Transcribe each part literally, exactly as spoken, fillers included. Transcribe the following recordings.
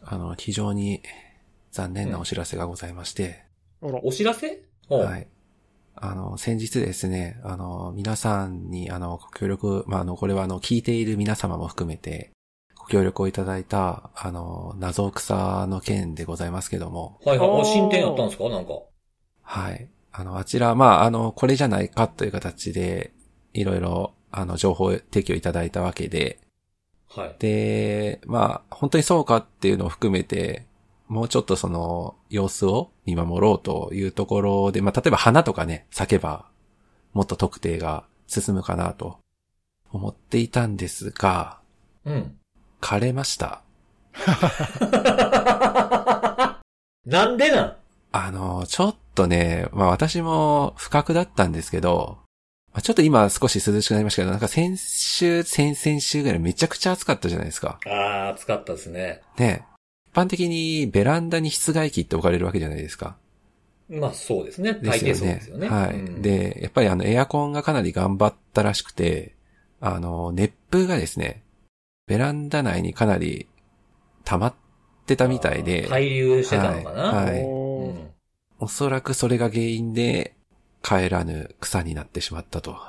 あの、非常に残念なお知らせがございまして。 うん、お知らせ？ はい。あの、先日ですね、あの、皆さんに、あの、ご協力、まあ、あの、これはあの、聞いている皆様も含めて、ご協力をいただいた、あの、謎草の件でございますけども。 はいはい。進展やったんですか？なんか。 はい。あの、あちら、まあ、あの、これじゃないかという形で、いろいろ、あの、情報提供いただいたわけで、 はい。 で、まあ、本当にそうかっていうのを含めて、もうちょっとその、様子を見守ろうというところで、まあ、例えば花とかね、咲けば、もっと特定が進むかなと思っていたんですが、 うん。 枯れました。 なんでなん？ あの、ちょっとね、まあ私も不覚だったんですけど、ちょっと今少し涼しくなりましたけど、なんか先週、先々週ぐらいめちゃくちゃ暑かったじゃないですか。 ああ、暑かったですね。 ね。一般的にベランダに室外機って置かれるわけじゃないですか。 まあそうですね。大抵そうですよね。 はい、 うん。 で、やっぱりあのエアコンがかなり頑張ったらしくて、あの、熱風がですね、ベランダ内にかなり溜まってたみたいで。 滞留してたのかな？ はい。はい、 うん、 おそらくそれが原因で、帰らぬ草になってしまったと。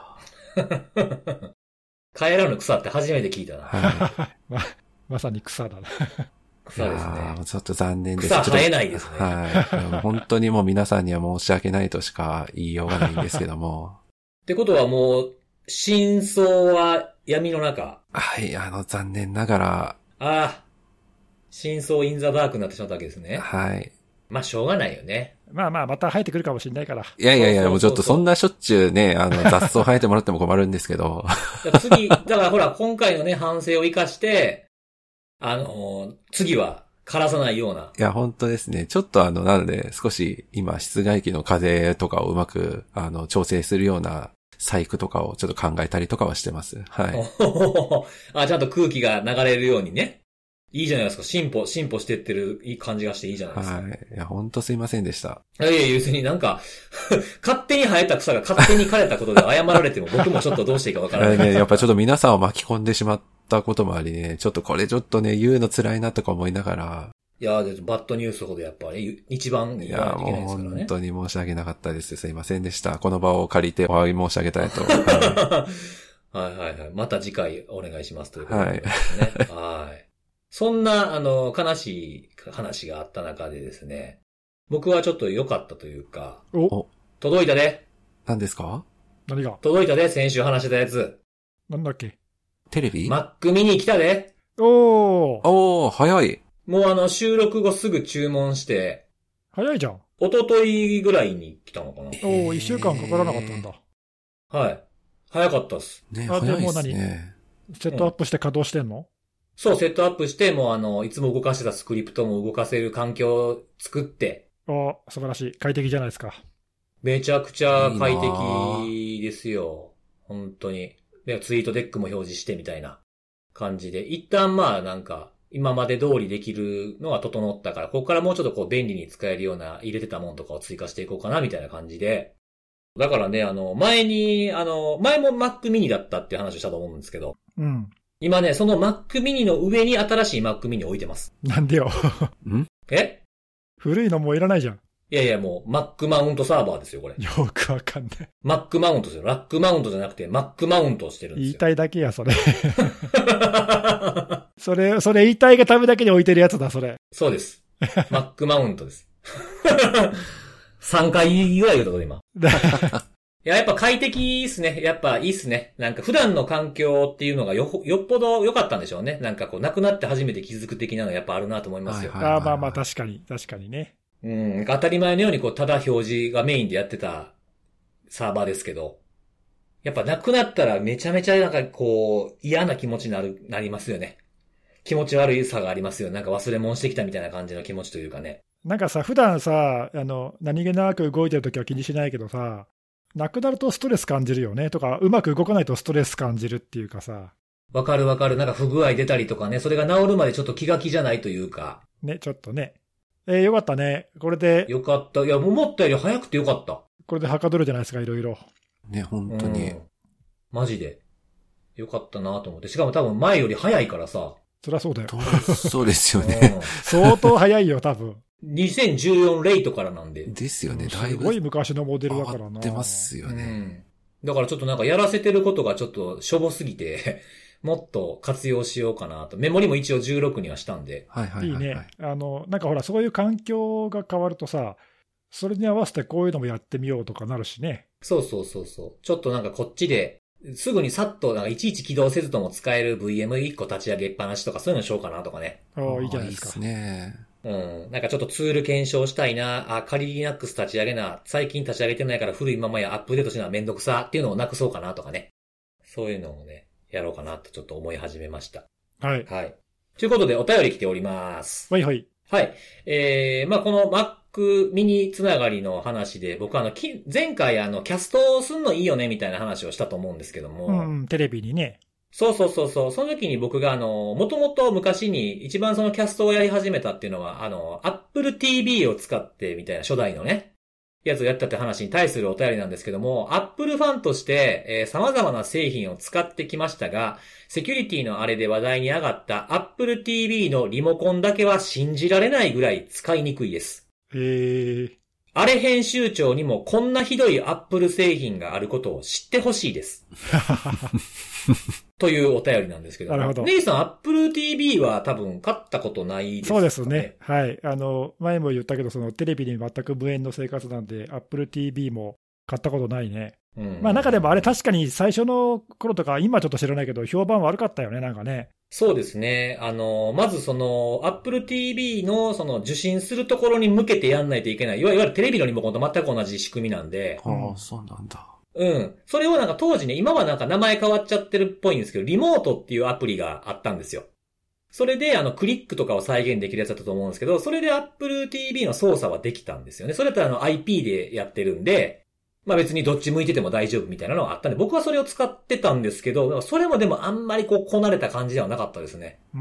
帰らぬ草って初めて聞いたな。 はい。 ま、まさに草だな。 草ですね。 ちょっと残念です。 草生えないですね。 はい。本当にもう皆さんには申し訳ないとしか言いようがないんですけども。 ってことはもう、真相は闇の中。 はい、あの、残念ながら。 ああ。真相インザダークになってしまったわけですね。 はい。 まあ、しょうがないよね。 まあまあ、また生えてくるかもしれないから。 いやいやいや、もうちょっとそんなしょっちゅうね、あの、雑草生えてもらっても困るんですけど。 次、だからほら、今回のね、反省を生かして、あのー、次は、枯らさないような。 いや、本当ですね。ちょっとあの、なので、少し今、室外機の風とかをうまく、あの、調整するような細工とかをちょっと考えたりとかはしてます。はい。 あ、ちゃんと空気が流れるようにね。いいじゃないですか。進歩、進歩してってるいい感じがしていいじゃないですか。 はい。いや、ほんとすいませんでした。 いやいや、別になんか、勝手に生えた草が勝手に枯れたことで謝られても僕もちょっとどうしていいかわからない。 ね、やっぱちょっと皆さんを巻き込んでしまったこともありね、ちょっとこれちょっとね、言うの辛いなとか思いながら。 いや、バッドニュースほどやっぱり、一番言わないといけないですからね。いや、もう本当に申し訳なかったです。すいませんでした。この場を借りてお詫び申し上げたいと。はい、はいはいはい。また次回お願いしますということですね。はい。はい。そんな、あの、悲しい話があった中でですね、僕はちょっと良かったというか、 お届いたで。 何ですか？ 何が？ 届いたで、先週話してたやつ。 なんだっけ？ テレビ？ Mac mini 来たで。 おー。 おー、早い。 もうあの、収録後すぐ注文して。 早いじゃん。 一昨日ぐらいに来たのかな。 おー、一週間かからなかったんだ。 はい。早かったっす。 ね、 あ、 早いっすね。 でも何？セットアップして稼働してんの？ そう、セットアップして、もうあの、いつも動かしてたスクリプトも動かせる環境を作って。 あ、素晴らしい。快適じゃないですか。 めちゃくちゃ快適ですよ。本当に。で、ツイートデックも表示してみたいな感じで。一旦まあなんか、今まで通りできるのが整ったから、ここからもうちょっとこう便利に使えるような入れてたもんとかを追加していこうかなみたいな感じで。だからね、あの、前に、あの、前も Mac mini だったっていう話をしたと思うんですけど。 うん。 今ね、その Mac mini の上に新しい Mac mini を置いてます。 なんでよ。 ん？ え？ 古いのもういらないじゃん。 いやいや、もう Mac マウントサーバーですよ、これ。 よくわかんない。 Mac マウントですよ。ラックマウントじゃなくて Mac マウントをしてるんですよ。 言いたいだけや、それ。それ、それ言いたいがためだけに置いてるやつだ、それ。 そうです。Mac マウントです。さんかいぐらい言うとこで今。いや、やっぱ快適っすね。やっぱいいっすね。なんか普段の環境っていうのがよ、よっぽど良かったんでしょうね。なんかこう、亡くなって初めて気づく的なのやっぱあるなと思いますよ。 はいはいはいはい、 あまあまあ確かに、確かにね。 うん、当たり前のようにこう、ただ表示がメインでやってたサーバーですけど、やっぱ亡くなったらめちゃめちゃなんかこう、嫌な気持ちになる、なりますよね。気持ち悪いさがありますよ。なんか忘れ物してきたみたいな感じの気持ちというかね。 なんかさ、普段さ、あの、何気なく動いてるときは気にしないけどさ、なくなるとストレス感じるよねとか、うまく動かないとストレス感じるっていうかさ。 わかるわかる。なんか不具合出たりとかね、それが治るまでちょっと気が気じゃないというか。 ね、ちょっとね。えー、よかったね。これで。 よかった。いや、思ったより早くてよかった。 これではかどるじゃないですか、いろいろ。 ね、本当に。 うん、マジで。よかったなと思って。しかも多分前より早いからさ。 そりゃそうだよ。 そうですよね。 相当早いよ、多分。 にせんじゅうよんレイトからなんで。 ですよね、だいぶ。 すごい昔のモデルだからな。 上がってますよね、うん。 だからちょっとなんかやらせてることがちょっとしょぼすぎて、もっと活用しようかなと。メモリも一応じゅうろくにはしたんで。 はいはいはい、はい。いいね。あの、なんかほら、そういう環境が変わるとさ、それに合わせてこういうのもやってみようとかなるしね。 そうそうそうそう。ちょっとなんかこっちで、すぐにさっと、なんかいちいち起動せずとも使える ブイエムいっ 個立ち上げっぱなしとかそういうのしようかなとかね。 ああ、いいじゃないですか。 いいですね。 うん。なんかちょっとツール検証したいな。あ、仮 Linux 立ち上げな。最近立ち上げてないから古いままやアップデートしなめんどくさっていうのをなくそうかなとかね。そういうのをね、やろうかなってちょっと思い始めました。 はい。 はい。ということでお便り来ております。 はいはい。 はい。えー、まあこの Mac mini つながりの話で、僕あの、前回あの、キャストすんのいいよねみたいな話をしたと思うんですけども。 うん、テレビにね。 そうそうそうそう。その時に僕があの、もともと昔に一番そのキャストをやり始めたっていうのは、あの、Apple ティーブイ を使ってみたいな初代のね、やつをやったって話に対するお便りなんですけども、Apple ファンとして、えー、様々な製品を使ってきましたが、セキュリティのあれで話題に上がった Apple ティーブイ のリモコンだけは信じられないぐらい使いにくいです。 へー。 あれ編集長にもこんなひどい Apple 製品があることを知ってほしいです。というお便りなんですけど。 なるほど。 ネイさん、Apple ティーブイ は多分買ったことないですかね。 そうですね。はい。あの、前も言ったけど、そのテレビに全く無縁の生活なんで、Apple ティーブイ も買ったことないね。うん、まあ中でもあれ確かに最初の頃とか、今ちょっと知らないけど、評判悪かったよね、なんかね。 そうですね。あの、まずその、Apple ティーブイ のその受信するところに向けてやんないといけない。いわゆるテレビのリモコンと全く同じ仕組みなんで。 ああ、そうなんだ。 うん。それをなんか当時ね、今はなんか名前変わっちゃってるっぽいんですけど、リモートっていうアプリがあったんですよ。それであのクリックとかを再現できるやつだったと思うんですけど、それで Apple ティーブイ の操作はできたんですよね。それだったらあの アイピー でやってるんで、まあ別にどっち向いてても大丈夫みたいなのがあったんで、僕はそれを使ってたんですけど、それもでもあんまりこうこなれた感じではなかったですね。 うん。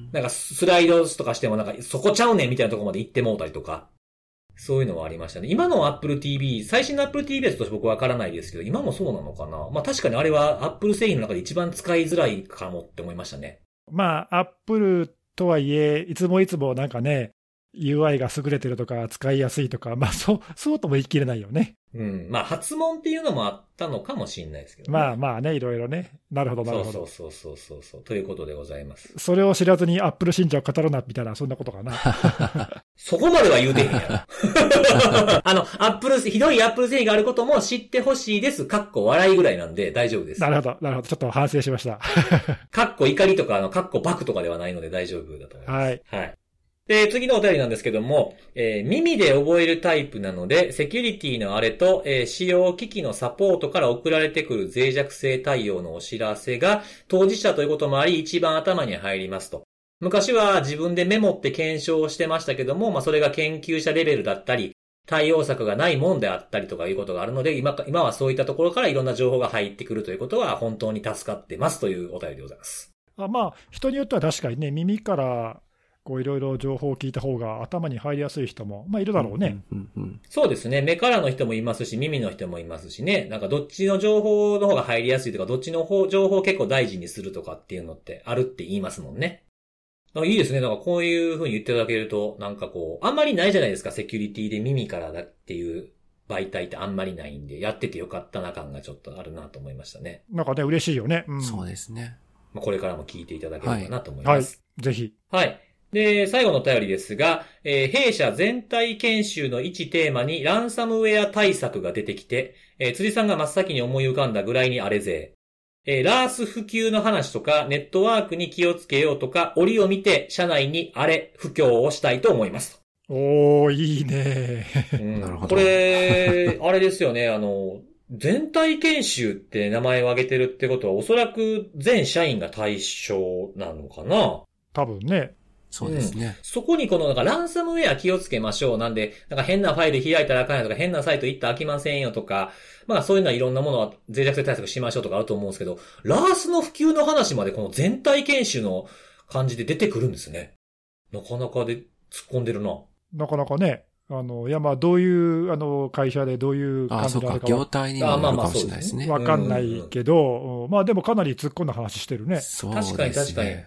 なんかスライドとかしてもなんかそこちゃうねんみたいなところまで行ってもうたりとか。そういうのはありましたね。今の Apple ティーブイ、最新の Apple ティーブイ として僕はわからないですけど、今もそうなのかな。まあ確かにあれは Apple 製品の中で一番使いづらいかもって思いましたね。 まあ Apple とはいえ、いつもいつもなんかね、ユーアイ が優れてるとか使いやすいとか、まあそう、そうとも言い切れないよね。 うん。まあ発問っていうのもあったのかもしれないですけどね。 まあまあね、いろいろね。なるほどなるほど。 そうそうそうそうそう。ということでございます。 それを知らずに Apple 信者を語るな、みたいな、そんなことかな。 そこまでは言うてへんやろ。あの、Apple、ひどい Apple 製品があることも知ってほしいです。かっこ笑いぐらいなんで大丈夫です。 なるほど、なるほど。ちょっと反省しました。 かっこ怒りとか、あの、かっこ爆とかではないので大丈夫だと思います。 はい。 はい。で、次のお便りなんですけども、えー、耳で覚えるタイプなので、セキュリティのあれと、えー、使用機器のサポートから送られてくる脆弱性対応のお知らせが、当事者ということもあり、一番頭に入りますと。昔は自分でメモって検証してましたけども、まあ、それが研究者レベルだったり、対応策がないもんであったりとかいうことがあるので、今、今はそういったところからいろんな情報が入ってくるということは、本当に助かってますというお便りでございます。 あ、まあ、人によっては確かにね、耳から、こういろいろ情報を聞いた方が頭に入りやすい人も、まあいるだろうね。 うんうんうん、 そうですね。目からの人もいますし、耳の人もいますしね。なんかどっちの情報の方が入りやすいとか、どっちの方情報を結構大事にするとかっていうのってあるって言いますもんね。いいですね。なんかこういう風に言っていただけると、なんかこう、あんまりないじゃないですか。セキュリティで耳からだっていう媒体ってあんまりないんで、やっててよかったな感がちょっとあるなと思いましたね。 なんかね、嬉しいよね。 うん、そうですね。 まあ、これからも聞いていただければなと思います。 はい。はい、ぜひ。 はい。で、最後のお便りですが、えー、弊社全体研修の一テーマにランサムウェア対策が出てきて、えー、辻さんが真っ先に思い浮かんだぐらいにあれぜ。えー、ラース普及の話とか、ネットワークに気をつけようとか、折を見て、社内にあれ、布教をしたいと思います。 おー、いいね。 うん、なるほど。これ、あれですよね、あの、全体研修って名前を挙げてるってことは、おそらく全社員が対象なのかな？ 多分ね。 そうですね、 うん。そこにこのなんかランサムウェア気をつけましょうなんで、なんか変なファイル開いたらあかんよとか、変なサイト行ったら飽きませんよとか、まあそういうのはいろんなものは脆弱性対策しましょうとかあると思うんですけど、ラースの普及の話までこの全体研修の感じで出てくるんですね。なかなかで突っ込んでるな。 なかなかね。あの、いやまあどういう、あの、会社でどういう感じなのか。 ああ、そうか、業態にもなるかもしれないですね。 わかんないけど、まあでもかなり突っ込んだ話してるね。 そうですね。 確かに確かに。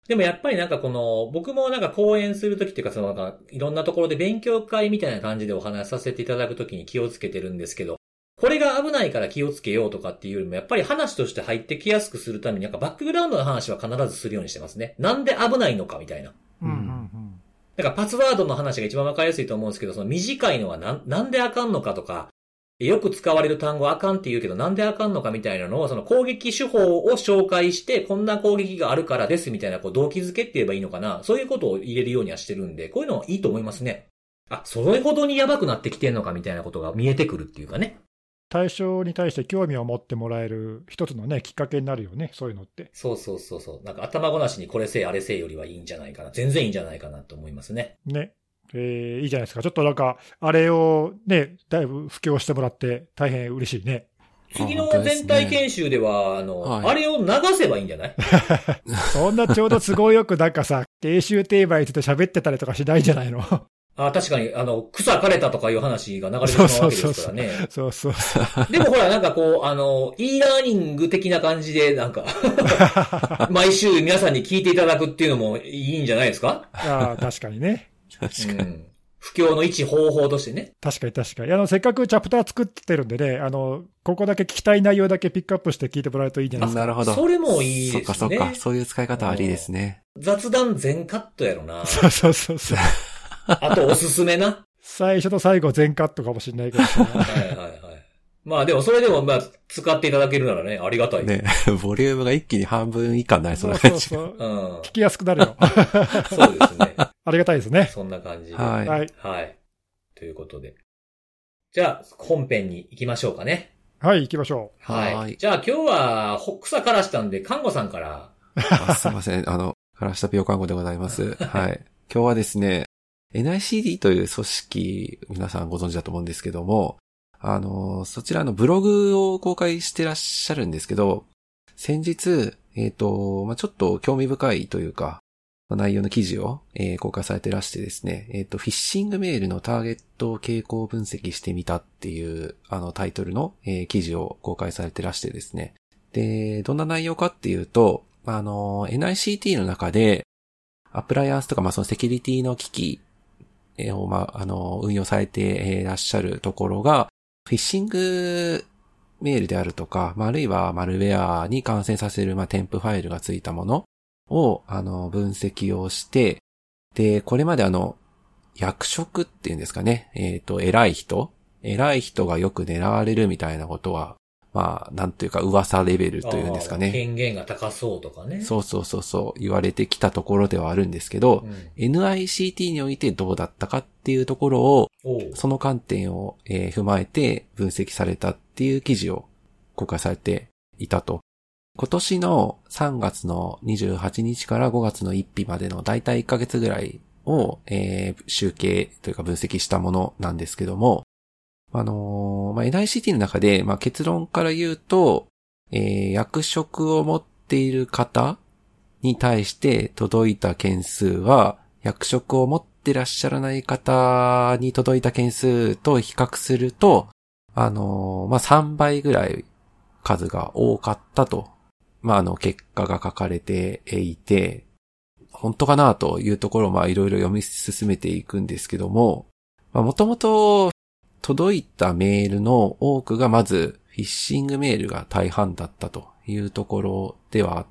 でもやっぱりなんかこの、僕もなんか講演するときっていうか、そのなんか、いろんなところで勉強会みたいな感じでお話しさせていただくときに気をつけてるんですけど、これが危ないから気をつけようとかっていうよりも、やっぱり話として入ってきやすくするために、なんかバックグラウンドの話は必ずするようにしてますね。なんで危ないのかみたいな。 うんうんうん。 だからパスワードの話が一番わかりやすいと思うんですけど、その短いのはなん、なんであかんのかとか、よく使われる単語あかんって言うけどなんであかんのかみたいなのをその攻撃手法を紹介してこんな攻撃があるからですみたいなこう動機づけって言えばいいのかな、そういうことを入れるようにはしてるんで、こういうのいいと思いますね。あ、それほどにやばくなってきてんのかみたいなことが見えてくるっていうかね。 対象に対して興味を持ってもらえる一つのね、きっかけになるよね、そういうのって。 そうそうそうそう。なんか頭ごなしにこれせいあれせいよりはいいんじゃないかな。全然いいんじゃないかなと思いますね。 ね。えー、いいじゃないですか。ちょっとなんか、あれをね、だいぶ布教してもらって大変嬉しいね。 次の全体研修では、あの、はい、あれを流せばいいんじゃないそんなちょうど都合よくなんかさ、定習定番について喋ってたりとかしないんじゃないのあ、確かに、あの、草枯れたとかいう話が流れてしまうわけですからね。 そうそうそう。 でもほら、なんかこう、あの、e ラーニング的な感じで、なんか、毎週皆さんに聞いていただくっていうのもいいんじゃないですか？ ああ、確かにね。 確かに。うん、布教の一方法としてね。 確かに確かに。あの、せっかくチャプター作ってるんでね、あの、ここだけ聞きたい内容だけピックアップして聞いてもらうといいんじゃないですか。 なるほど。 それもいいですね。 そっかそっか。そういう使い方ありですね。 雑談全カットやろな。 そうそうそうそう。 あとおすすめな。 最初と最後全カットかもしれないけど。はいはいはい。まあでもそれでもまあ使っていただけるならね、ありがたい。 ね、ボリュームが一気に半分以下になりそうな感じ。 そうそうそう、うん。聞きやすくなるよ。 そうですね。 ありがたいですね。 そんな感じで。 はい。 はい。 はい。ということで。じゃあ本編に行きましょうかね。 はい、行きましょう。はい。はい、じゃあ今日は草からしたんで、看護さんから。 あ、すいません。あの、からした病看護でございます。はい。今日はですね、エヌアイシーディー という組織、皆さんご存知だと思うんですけども、あの、そちらのブログを公開してらっしゃるんですけど、先日、えっと、まあ、ちょっと興味深いというか、まあ、内容の記事を、えー、公開されてらしてですね、えっと、フィッシングメールのターゲット傾向分析してみたっていう、あのタイトルの、えー、記事を公開されてらしてですね。で、どんな内容かっていうと、あの、エヌアイシーティー の中で、アプライアンスとか、まあ、そのセキュリティの機器を、まあ、あの、運用されていらっしゃるところが、フィッシングメールであるとか、まあ、あるいはマルウェアに感染させる、まあ、添付ファイルがついたものを、あの、分析をして、で、これまであの、役職っていうんですかね、えっと、偉い人偉い人がよく狙われるみたいなことは、まあ、なんというか噂レベルというんですかね。 権限が高そうとかね。 そうそうそうそう、言われてきたところではあるんですけど、うん、エヌアイシーティー においてどうだったかっていうところを、その観点を、えー、踏まえて分析されたっていう記事を公開されていたと。今年のさんがつのにじゅうはちにちからごがつのついたちまでのだいたいいっかげつぐらいを、えー、集計というか分析したものなんですけども、あのー、まあ、エヌアイシーティー の中で、まあ、結論から言うと、えー、役職を持っている方に対して届いた件数は、役職を持ってらっしゃらない方に届いた件数と比較すると、あのー、まあ、さんばいぐらい数が多かったと、まあ、あの、結果が書かれていて、本当かなというところを、まあ、いろいろ読み進めていくんですけども、まあ、もともと、届いたメールの多くがまずフィッシングメールが大半だったというところではあって、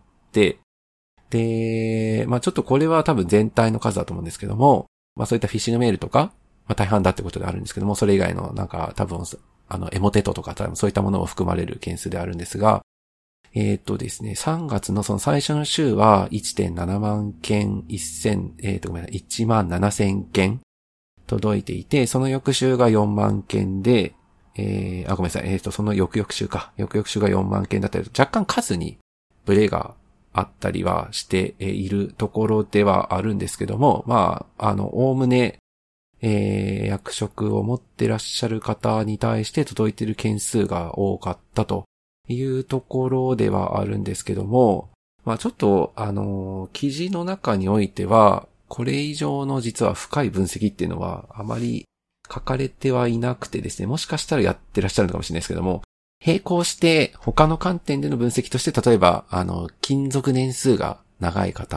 で、まあちょっとこれは多分全体の数だと思うんですけども、まあそういったフィッシングメールとか、まあ大半だってことであるんですけども、それ以外のなんか多分あのエモテトとか多分そういったものも含まれる件数であるんですが、えっとですね、さんがつのその最初の週は いってんななまんけん、せん、えっとごめんなさい、いちまんななせんけん届いていて、その翌週がよんまんけんで、えー、あ、ごめんなさい、えっと、その翌々週か。翌々週がよんまんけんだったり、若干数にブレがあったりはしているところではあるんですけども、まあ、あの、おおむね、えー、役職を持ってらっしゃる方に対して届いている件数が多かったというところではあるんですけども、まあちょっと、あの、記事の中においては、これ以上の実は深い分析っていうのはあまり書かれてはいなくてですね、もしかしたらやってらっしゃるのかもしれないですけども、並行して他の観点での分析として、例えば、あの、勤続年数が長い方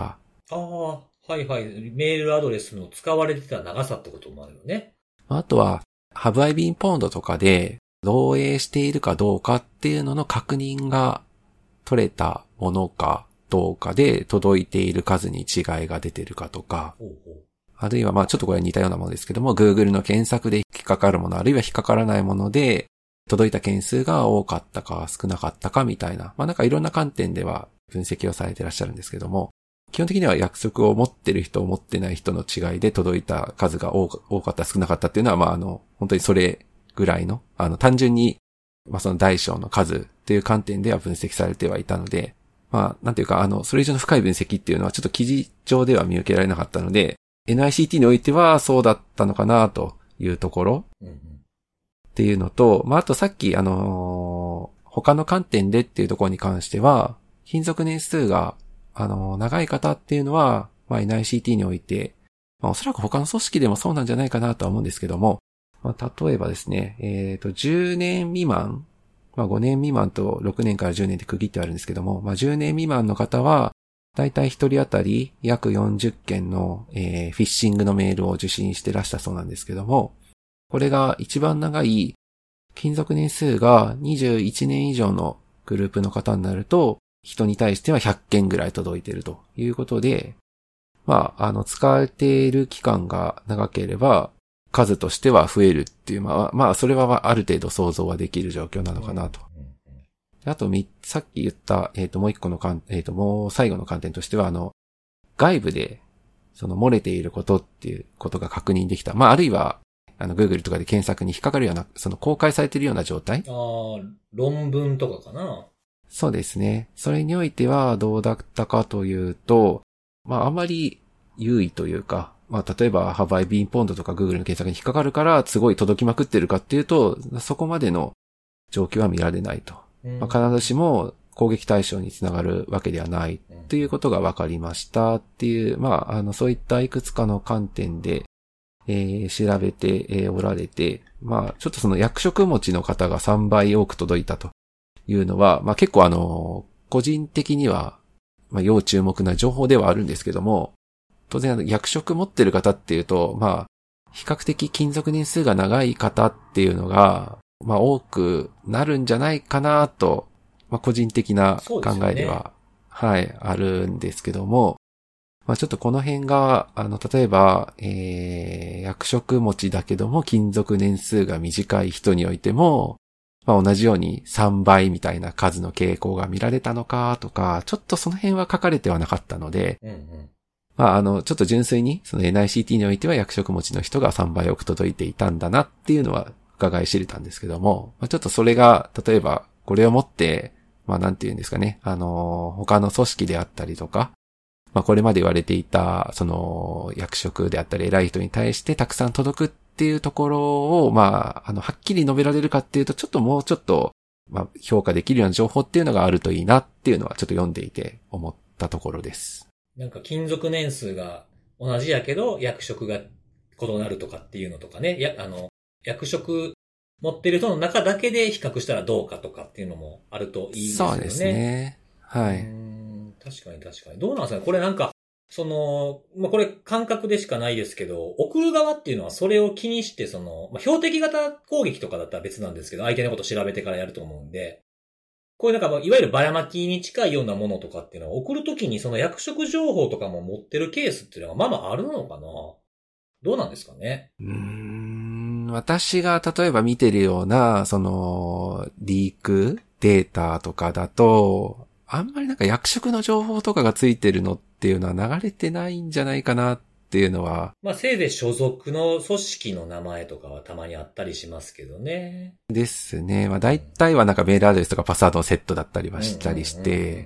ああ、はいはい。メールアドレスの使われてた長さってこともあるよね。 あとは、Have I been pwned とかで、漏洩しているかどうかっていうのの確認が取れたものかどうかで届いている数に違いが出てるかとか、 ほうほう、 あるいはまあちょっとこれ似たようなものですけども、Google の検索で引っかかるもの、あるいは引っかからないもので、届いた件数が多かったか少なかったかみたいな、まあなんかいろんな観点では分析をされてらっしゃるんですけども、基本的には約束を持ってる人を持ってない人の違いで届いた数が多かった少なかったっていうのは、まああの、本当にそれぐらいの、あの単純に、まあその大小の数っていう観点では分析されてはいたので、まあなんていうかあの、それ以上の深い分析っていうのはちょっと記事上では見受けられなかったので、エヌアイシーティー においてはそうだったのかなというところっていうのと、まああとさっきあのー、他の観点でっていうところに関しては、勤続年数があのー、長い方っていうのは、まあ エヌアイシーティー において、まあおそらく他の組織でもそうなんじゃないかなとは思うんですけども、まあ例えばですね、えっと、じゅうねん未満、まあごねん未満とろくねんからじゅうねんで区切ってあるんですけども、まあじゅうねん未満の方は、だいたい一人当たり約よんじゅっけんの、えー、フィッシングのメールを受信してらしたそうなんですけども、これが一番長い勤続年数がにじゅういちねん以上のグループの方になると、人に対してはひゃっけんぐらい届いているということで、まあ、あの、使われている期間が長ければ、数としては増えるっていう、まあ、まあ、それはある程度想像はできる状況なのかなと。あと、さっき言った、えっと、もう一個の観、えっと、もう最後の観点としては、あの、外部で、その漏れていることっていうことが確認できた。まあ、あるいは、あの、Google とかで検索に引っかかるような、その公開されているような状態。 ああ、論文とかかな。 そうですね。それにおいてはどうだったかというと、まあ、あまり優位というか、まあ、例えば、Have I been pwned とか Google の検索に引っかかるから、すごい届きまくってるかっていうと、そこまでの状況は見られないと。まあ、必ずしも攻撃対象につながるわけではないということが分かりましたっていう、まあ、あの、そういったいくつかの観点で、えー、調べて、えー、おられて、まあ、ちょっとその役職持ちの方がさんばい多く届いたというのは、まあ結構あの、個人的には、まあ要注目な情報ではあるんですけども、当然あの役職持ってる方っていうと、まあ、比較的勤続年数が長い方っていうのが、まあ多くなるんじゃないかなと、まあ個人的な考えでは、はい、あるんですけども、まあちょっとこの辺が、あの、例えば、えー、役職持ちだけども勤続年数が短い人においても、まあ同じようにさんばいみたいな数の傾向が見られたのかとか、ちょっとその辺は書かれてはなかったので、うんうん、まああの、ちょっと純粋に、その エヌアイシーティー においては役職持ちの人がさんばい多く届いていたんだなっていうのは伺い知れたんですけども、まあ、ちょっとそれが、例えばこれをもって、まあなんていうんですかね、あの、他の組織であったりとか、まあこれまで言われていた、その役職であったり偉い人に対してたくさん届くっていうところを、まあ、あの、はっきり述べられるかっていうと、ちょっともうちょっと、まあ、評価できるような情報っていうのがあるといいなっていうのはちょっと読んでいて思ったところです。 なんか勤続年数が同じやけど、役職が異なるとかっていうのとかね、や、あの、役職持ってる人の中だけで比較したらどうかとかっていうのもあるといいですよね。 そうですね。はい。 うーん、確かに確かに。どうなんですかね、これなんか、その、まあ、これ感覚でしかないですけど、送る側っていうのはそれを気にして、その、まあ、標的型攻撃とかだったら別なんですけど、相手のことを調べてからやると思うんで、こういうなんか、いわゆるばらまきに近いようなものとかっていうのは、送るときにその役職情報とかも持ってるケースっていうのはまあまああるのかな？どうなんですかね？ うーん、私が例えば見てるような、その、リークデータとかだと、あんまりなんか役職の情報とかがついてるのっていうのは流れてないんじゃないかなっていうのは。 まあせいぜい所属の組織の名前とかはたまにあったりしますけどね。 ですね。まあ大体はなんかメールアドレスとかパスワードのセットだったりはしたりして、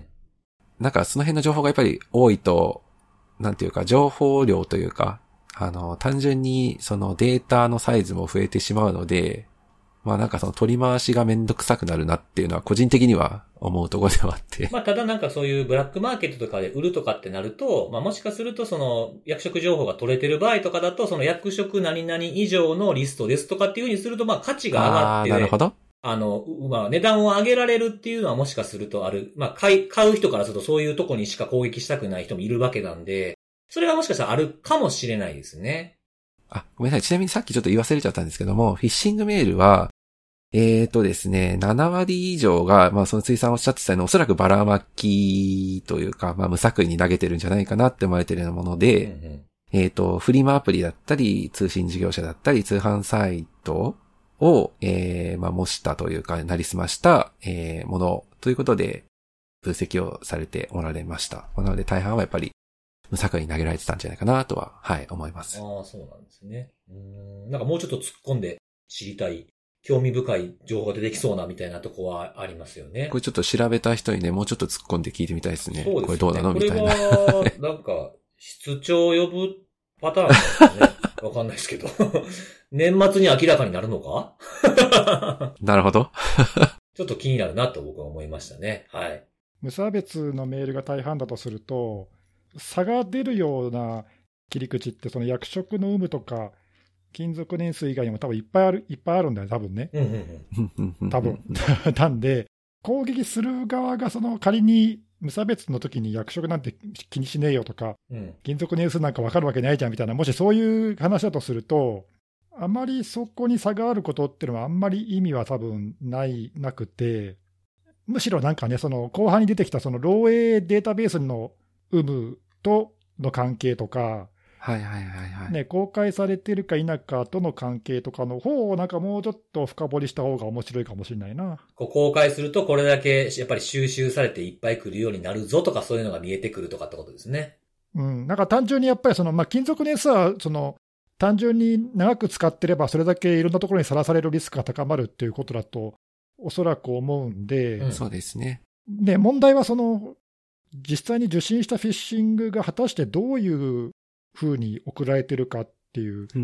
なんかその辺の情報がやっぱり多いと、なんていうか情報量というか、あの単純にそのデータのサイズも増えてしまうので、まあなんかその取り回しがめんどくさくなるなっていうのは個人的には思うところではあって。 まあただなんかそういうブラックマーケットとかで売るとかってなると、まあもしかするとその役職情報が取れてる場合とかだと、その役職何々以上のリストですとかっていう風にするとまあ価値が上がって、 ああ、なるほど。 あの、まあ、値段を上げられるっていうのはもしかするとある。まあ、買い、買う人からするとそういうとこにしか攻撃したくない人もいるわけなんで、それはもしかしたらあるかもしれないですね。 あ、ごめんなさい。ちなみにさっきちょっと言い忘れちゃったんですけども、フィッシングメールは、えーとですね、ななわり以上が、まあ、そのついさんおっしゃってたように、おそらくばらまきというか、まあ、無作為に投げてるんじゃないかなって思われてるようなもので、うんうん、えーと、フリマアプリだったり、通信事業者だったり、通販サイトを、えー、まあ、模したというか、なりすました、えー、ものということで、分析をされておられました。なので、大半はやっぱり、無作為に投げられてたんじゃないかなとは、はい、思います。 ああ、そうなんですね。うーん、なんかもうちょっと突っ込んで知りたい、興味深い情報が出てきそうなみたいなとこはありますよね。 これちょっと調べた人にね、もうちょっと突っ込んで聞いてみたいですね。そうですね。これどうなのみたいな。 これは、なんか、室長呼ぶパターンですかね。わかんないですけど。年末に明らかになるのかなるほど。 ちょっと気になるなと僕は思いましたね。はい。 無差別のメールが大半だとすると、差が出るような切り口って、その役職の有無とか、勤続年数以外にも多分いっぱいある、いっぱいあるんだよ、多分ね。多分。なんで、攻撃する側がその仮に無差別の時に役職なんて気にしねえよとか、うん、勤続年数なんか分かるわけないじゃんみたいな、もしそういう話だとすると、あまりそこに差があることっていうのはあんまり意味は多分ない、なくて、むしろなんかね、その後半に出てきたその漏洩データベースの有無との関係とか、 はいはいはいはい。 ね、公開されてるか否かとの関係とかの方をなんかもうちょっと深掘りした方が面白いかもしれないな。 こう公開するとこれだけやっぱり収集されていっぱい来るようになるぞとかそういうのが見えてくるとかってことですね。 うん、なんか単純にやっぱりその、まあ、勤続年数はその単純に長く使ってればそれだけいろんなところにさらされるリスクが高まるっていうことだとおそらく思うんで、 うん、そうですね。 で、問題はその実際に受信したフィッシングが果たしてどういうふうに送られてるかっていう、うん、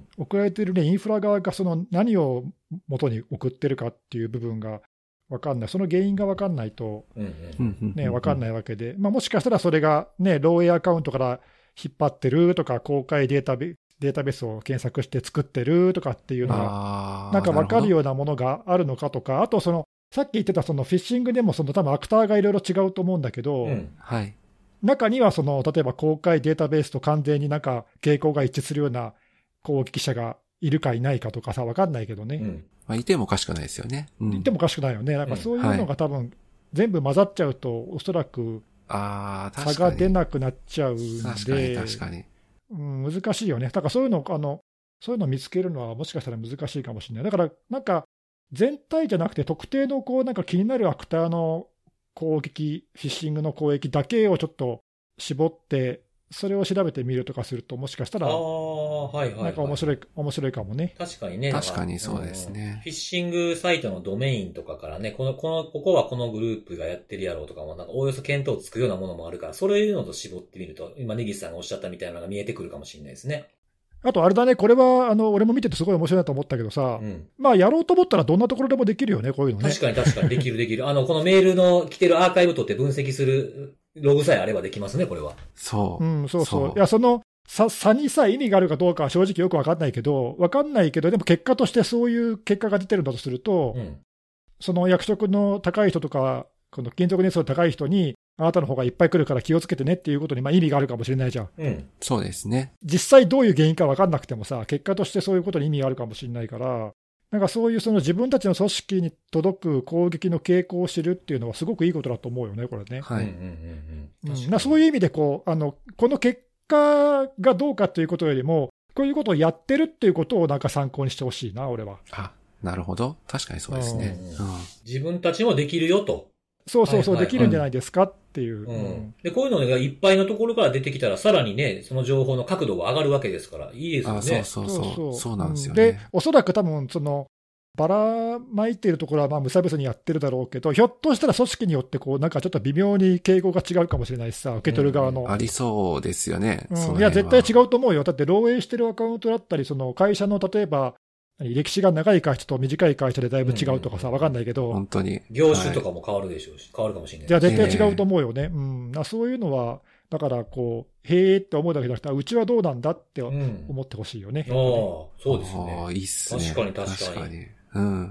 送られてるね、インフラ側がその何を元に送ってるかっていう部分が分かんない、その原因が分かんないと、ね、分かんないわけで、まあ、もしかしたらそれが、ね、漏洩アカウントから引っ張ってるとか、公開データベデータベースを検索して作ってるとかっていうのが、なんか分かるようなものがあるのかとか、あとその、さっき言ってたそのフィッシングでもその多分アクターがいろいろ違うと思うんだけど、 うんはい、 中にはその例えば公開データベースと完全になんか傾向が一致するような攻撃者がいるかいないかとかさ、分かんないけどね、うんまあ、いてもおかしくないですよね、 うん、いてもおかしくないよね、なんかそういうのが多分全部混ざっちゃうと、おそらく差が出なくなっちゃうんで、 確かに確かに、 うん、難しいよね、だからそういうのあのそういうのを見つけるのはもしかしたら難しいかもしれない。だからなんか全体じゃなくて特定のこうなんか気になるアクターの攻撃、フィッシングの攻撃だけをちょっと絞ってそれを調べてみるとかすると、もしかしたらなんか面白い、面白いかもね。 確かにね。 確かにそうですね。 フィッシングサイトのドメインとかからね、この、この、ここはこのグループがやってるやろうとかも、なんかおおよそ見当つくようなものもあるから、そういうのと絞ってみると、今根岸さんがおっしゃったみたいなのが見えてくるかもしれないですね。 あとあれだね、これはあの俺も見ててすごい面白いなと思ったけどさ、うん、まあやろうと思ったらどんなところでもできるよね、こういうのね。 確かに確かにできるできる。あの、このメールの来てるアーカイブ取って分析するログさえあればできますね、これは。 そう。 うん、そうそう。いや、その差、差にさ、意味があるかどうかは正直よくわかんないけど、わかんないけど、でも結果としてそういう結果が出てるんだとすると、うん、その役職の高い人とか、この勤続年数の高い人に、あなたの方がいっぱい来るから気をつけてねっていうことにまあ意味があるかもしれないじゃん。 うん、そうですね。 実際どういう原因か分かんなくてもさ、結果としてそういうことに意味があるかもしれないから、なんかそういうその自分たちの組織に届く攻撃の傾向を知るっていうのはすごくいいことだと思うよね、これね。 はい。 そういう意味でこうあの、この結果がどうかということよりも、こういうことをやってるっていうことをなんか参考にしてほしいな、俺は。 あ、なるほど。確かにそうですね。 うんうん、自分たちもできるよと。 そうそうそう、はいはいはい、できるんじゃないですかっていう、 うんうん。で、こういうのがいっぱいのところから出てきたら、さらにね、その情報の角度が上がるわけですから、いいですよね。あ、 そうそうそう。そうそうなんですよね。 で、おそらく多分、その、ばらまいているところはまあ無差別にやってるだろうけど、ひょっとしたら組織によってこうなんかちょっと微妙に傾向が違うかもしれないしさ、受け取る側の。 うん、ありそうですよね。 うん、いや、絶対違うと思うよ。だって漏洩してるアカウントだったり、その会社の例えば、歴史が長い会社と短い会社でだいぶ違うとかさ、わかんないけど。 本当に。 業種とかも変わるでしょうし、はい、変わるかもしれない。 いや、絶対違うと思うよね。うん。そういうのは、だからこう、へーって思うだけじゃなくて、うちはどうなんだって思ってほしいよね。 うん、ああ、そうですね。 ああ、いいっすね。 確かに確かに。確かに。 うん。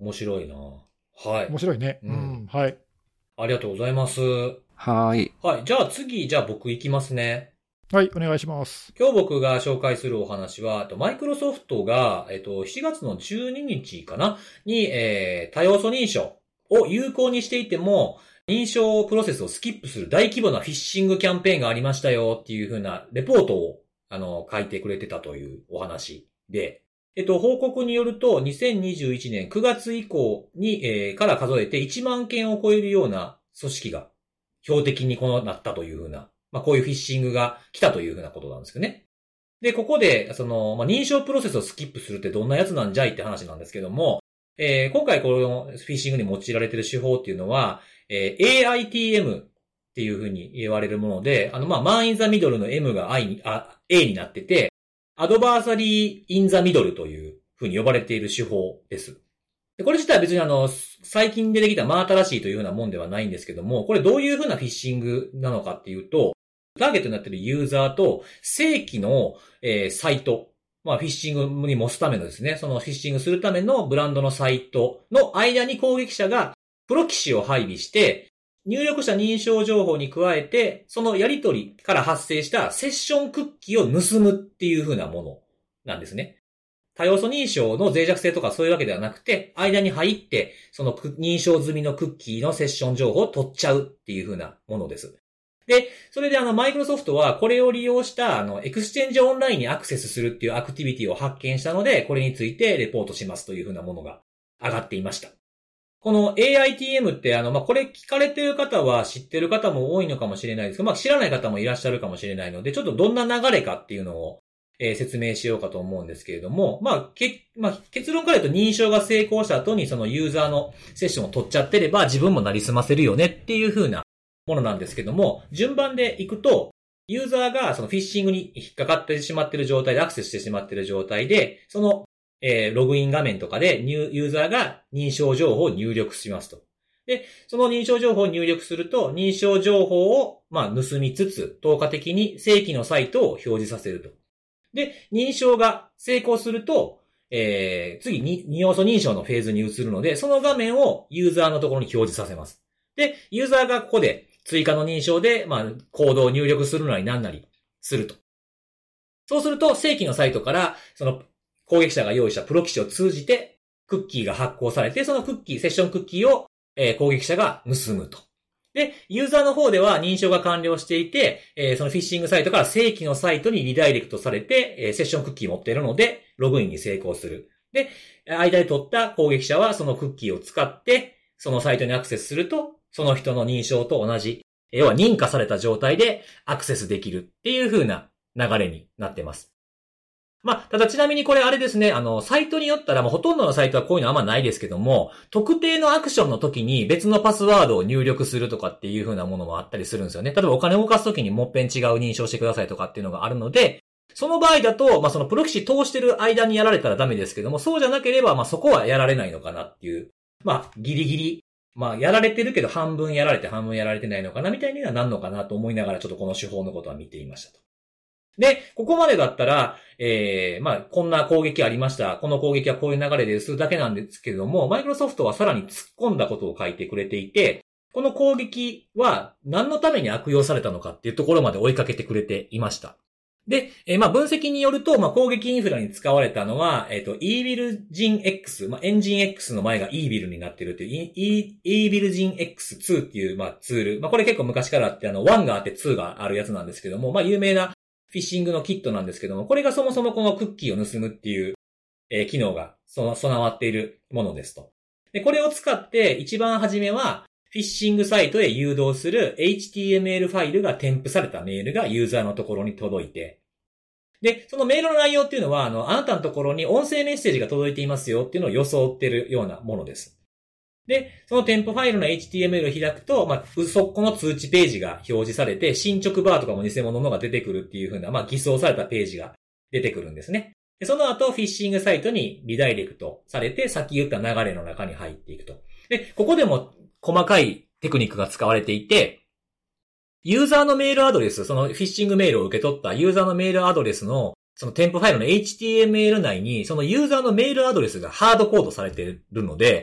面白いな。はい。 面白いね。うん。うん、はい。 ありがとうございます。 はい。 はい。じゃあ次、じゃあ僕行きますね。 はい、お願いします。 今日僕が紹介するお話は、マイクロソフトが、えっと、しちがつのじゅうににちかなに、えー、多要素認証を有効にしていても、認証プロセスをスキップする大規模なフィッシングキャンペーンがありましたよっていう風なレポートを、あの、書いてくれてたというお話で、えっと、報告によると、にせんにじゅういちねんくがつ以降に、えー、から数えていちまんけんを超えるような組織が標的にこのなったという風な、まあ、こういうフィッシングが来たという風なことなんですけどね。で、ここで、その、まあ、認証プロセスをスキップするってどんなやつなんじゃいって話なんですけども、えー、今回このフィッシングに用いられている手法っていうのは、えー、エーアイティーエム っていう風に言われるもので、あの、まあ、マンインザミドルの M が I に、あ、A になってて、アドバーサリーインザミドルという風に呼ばれている手法です。でこれ自体は別にあの、最近出てきた真新しいという風なもんではないんですけども、これどういう風なフィッシングなのかっていうと、ターゲットになっているユーザーと正規の、えー、サイト、まあフィッシングに持つためのですね、そのフィッシングするためのブランドのサイトの間に攻撃者がプロキシを配備して、入力した認証情報に加えて、そのやり取りから発生したセッションクッキーを盗むっていう風なものなんですね。多要素認証の脆弱性とかそういうわけではなくて、間に入って、その認証済みのクッキーのセッション情報を取っちゃうっていう風なものです。で、それであの、マイクロソフトはこれを利用したあの、エクスチェンジオンラインにアクセスするっていうアクティビティを発見したので、これについてレポートしますという風なものが上がっていました。この エーアイティーエム ってあの、まあ、これ聞かれてる方は知ってる方も多いのかもしれないですけど、まあ、知らない方もいらっしゃるかもしれないので、ちょっとどんな流れかっていうのを、えー、説明しようかと思うんですけれども、まあ、け、まあ、結論から言うと認証が成功した後にそのユーザーのセッションを取っちゃってれば自分もなりすませるよねっていう風なものなんですけども、順番でいくと、ユーザーがそのフィッシングに引っかかってしまっている状態で、アクセスしてしまっている状態で、その、えー、ログイン画面とかでユーザーが認証情報を入力しますと。で、その認証情報を入力すると、認証情報を、まあ、盗みつつ、透過的に正規のサイトを表示させると。で、認証が成功すると、えー、次に二要素認証のフェーズに移るので、その画面をユーザーのところに表示させます。で、ユーザーがここで追加の認証で、まあ、コードを入力するなり何なりすると。そうすると、正規のサイトから、その攻撃者が用意したプロキシを通じて、クッキーが発行されて、そのクッキー、セッションクッキーを、えー、攻撃者が盗むと。で、ユーザーの方では認証が完了していて、えー、そのフィッシングサイトから正規のサイトにリダイレクトされて、えー、セッションクッキー持っているので、ログインに成功する。で、間で取った攻撃者はそのクッキーを使って、そのサイトにアクセスすると、その人の認証と同じ、要は認可された状態でアクセスできるっていう風な流れになっています。まあ、ただちなみにこれあれですね、あの、サイトによったら、もうほとんどのサイトはこういうのあんまないですけども、特定のアクションの時に別のパスワードを入力するとかっていう風なものもあったりするんですよね。例えばお金を動かす時にもっぺん違う認証してくださいとかっていうのがあるので、その場合だと、まあ、そのプロキシ通してる間にやられたらダメですけども、そうじゃなければ、まあ、そこはやられないのかなっていう、まあ、ギリギリ、まあ、やられてるけど半分やられて半分やられてないのかなみたいにはなんのかなと思いながらちょっとこの手法のことは見ていましたと。で、ここまでだったら、えー、まあ、こんな攻撃ありました。この攻撃はこういう流れですだけなんですけれども、マイクロソフトはさらに突っ込んだことを書いてくれていて、この攻撃は何のために悪用されたのかっていうところまで追いかけてくれていました。で、えー、まあ、分析によると、まあ、攻撃インフラに使われたのは、えっと、イービルジン X、まあ、エンジン X の前がイービルになってるっていう、イービルジン エックスツー っていう、まあ、ツール。まあ、これ結構昔からあって、あの、ワンがあってツーがあるやつなんですけども、まあ、有名なフィッシングのキットなんですけども、これがそもそもこのクッキーを盗むっていう、えー、機能がその備わっているものですと。で、これを使って一番初めは、フィッシングサイトへ誘導する エイチティーエムエル ファイルが添付されたメールがユーザーのところに届いて、で、そのメールの内容っていうのは、あの、あなたのところに音声メッセージが届いていますよっていうのを装ってるようなものです。で、その添付ファイルの エイチティーエムエル を開くと、まあ、そこの通知ページが表示されて、進捗バーとかも偽物のが出てくるっていう風な、まあ、偽装されたページが出てくるんですね。で、その後、フィッシングサイトにリダイレクトされて、さっき言った流れの中に入っていくと。で、ここでも細かいテクニックが使われていて、ユーザーのメールアドレス、そのフィッシングメールを受け取ったユーザーのメールアドレスの、その添付ファイルの エイチティーエムエル 内に、そのユーザーのメールアドレスがハードコードされているので、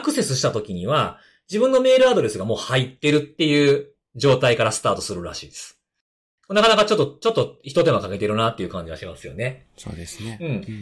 クセスした時には、自分のメールアドレスがもう入ってるっていう状態からスタートするらしいです。なかなかちょっと、ちょっと一手間かけてるなっていう感じがしますよね。 そうですね。 うん。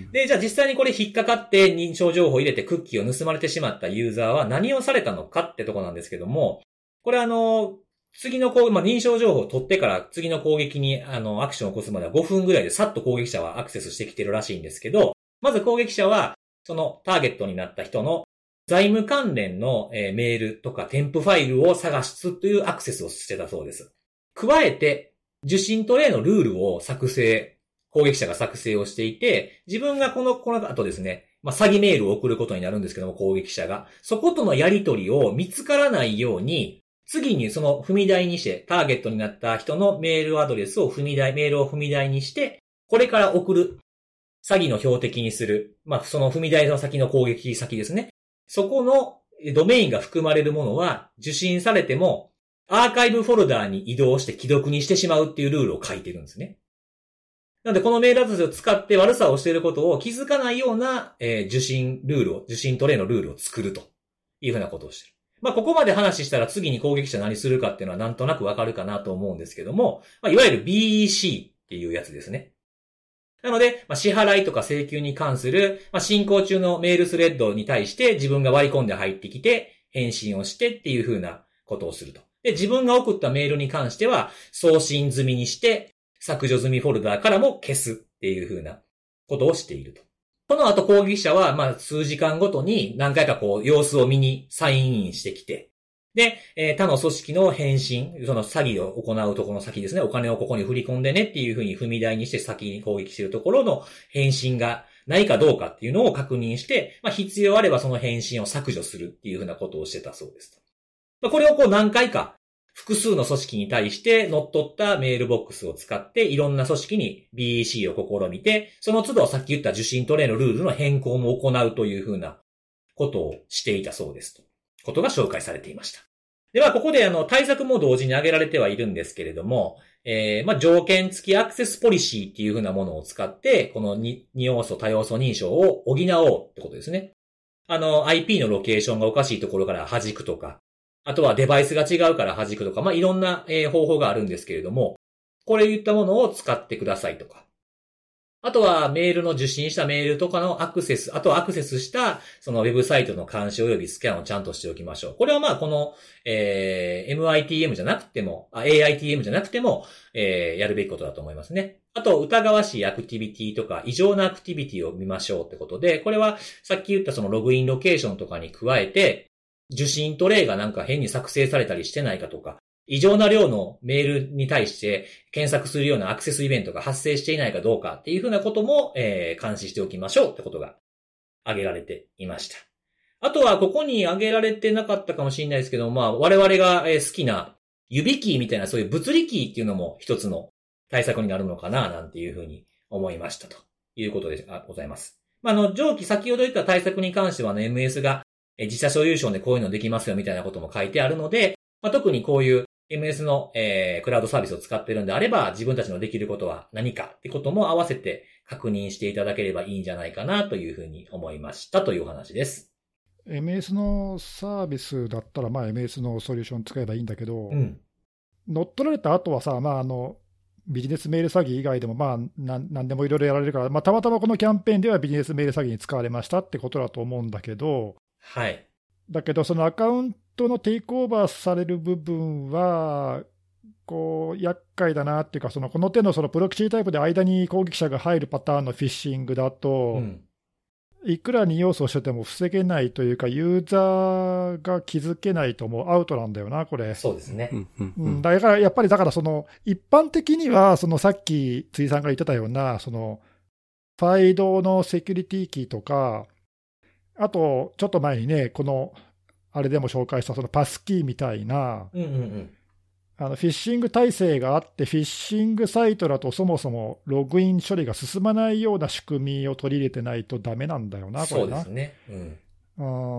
で、じゃあ実際にこれ引っかかって認証情報を入れてクッキーを盗まれてしまったユーザーは何をされたのかってとこなんですけども、これあの、次の攻撃、まあ、認証情報を取ってから次の攻撃にあの、アクションを起こすまではごふんぐらいでさっと攻撃者はアクセスしてきてるらしいんですけど、まず攻撃者は、そのターゲットになった人の財務関連の、えー、メールとか添付ファイルを探すというアクセスをしてたそうです。加えて、受信トレイのルールを作成、攻撃者が作成をしていて、自分がこの、この後ですね、まあ、詐欺メールを送ることになるんですけども、攻撃者が。そことのやり取りを見つからないように、次にその踏み台にして、ターゲットになった人のメールアドレスを踏み台、メールを踏み台にして、これから送る、詐欺の標的にする、まあ、その踏み台の先の攻撃先ですね。そこのドメインが含まれるものは、受信されても、アーカイブフォルダーに移動して既読にしてしまうっていうルールを書いてるんですね。なのでこのメールアドレスを使って悪さをしていることを気づかないような、えー、受信ルールを、受信トレイのルールを作るというふうなことをしている。まあここまで話したら次に攻撃者何するかっていうのはなんとなくわかるかなと思うんですけども、まあ、いわゆる ビーイーシー っていうやつですね。なので、まあ、支払いとか請求に関する、まあ、進行中のメールスレッドに対して自分が割り込んで入ってきて返信をしてっていうふうなことをすると。で、自分が送ったメールに関しては、送信済みにして、削除済みフォルダーからも消すっていう風なことをしていると。この後攻撃者は、まあ、数時間ごとに何回かこう、様子を見にサインインしてきて、で、えー、他の組織の返信、その詐欺を行うところの先ですね、お金をここに振り込んでねっていう風に踏み台にして先に攻撃しているところの返信がないかどうかっていうのを確認して、まあ、必要あればその返信を削除するっていう風なことをしてたそうです。これをこう何回か複数の組織に対して乗っ取ったメールボックスを使っていろんな組織に ビーイーシー を試みて、その都度さっき言った受信トレイのルールの変更も行うというふうなことをしていたそうですと。ことが紹介されていました。ではここであの対策も同時に挙げられてはいるんですけれども、えー、まあ条件付きアクセスポリシーっていうふうなものを使ってこの 2, 2要素多要素認証を補おうってことですね。あの アイピー のロケーションがおかしいところから弾くとか、あとはデバイスが違うから弾くとか、まあ、いろんな、えー、方法があるんですけれども、これ言ったものを使ってくださいとか。あとはメールの受信したメールとかのアクセス、あとはアクセスしたそのウェブサイトの監視及びスキャンをちゃんとしておきましょう。これはまあこの、えー、エムアイティーエム じゃなくても、エーアイティーエム じゃなくても、えー、やるべきことだと思いますね。あと、疑わしいアクティビティとか異常なアクティビティを見ましょうってことで、これはさっき言ったそのログインロケーションとかに加えて、受信トレイがなんか変に作成されたりしてないかとか、異常な量のメールに対して検索するようなアクセスイベントが発生していないかどうかっていうふうなことも、えー、監視しておきましょうってことが挙げられていました。あとはここに挙げられてなかったかもしれないですけど、まあ我々が好きな指キーみたいなそういう物理キーっていうのも一つの対策になるのかななんていうふうに思いましたということでございます。まあ、あの上記先ほど言った対策に関してはね エムエス が自社所有証でこういうのできますよみたいなことも書いてあるので、まあ、特にこういう エムエス の、えー、クラウドサービスを使っているんであれば、自分たちのできることは何かってことも合わせて確認していただければいいんじゃないかなというふうに思いましたというお話です。 エムエス のサービスだったら、まあ エムエス のソリューション使えばいいんだけど、うん、乗っ取られた後はさ、まああの、ビジネスメール詐欺以外でも、まあ、なんでもいろいろやられるから、まあ、たまたまこのキャンペーンではビジネスメール詐欺に使われましたってことだと思うんだけど、 はい。 だけど、そのアカウントのテイクオーバーされる部分は、こう、厄介だなっていうか、そのこの手のそのプロキシータイプで間に攻撃者が入るパターンのフィッシングだと、うん、いくらに要素をしてても防げないというか、ユーザーが気づけないともうアウトなんだよな、これ。 そうですね。 うん、だからやっぱり、だからその、一般的には、そのさっき、辻さんが言ってたような、その、ファイドのセキュリティキーとか、あと、ちょっと前にね、この、あれでも紹介したそのパスキーみたいな、 うんうんうん、 あのフィッシング体制があって、フィッシングサイトだとそもそもログイン処理が進まないような仕組みを取り入れてないとダメなんだよな、これな。 そうですね。うん。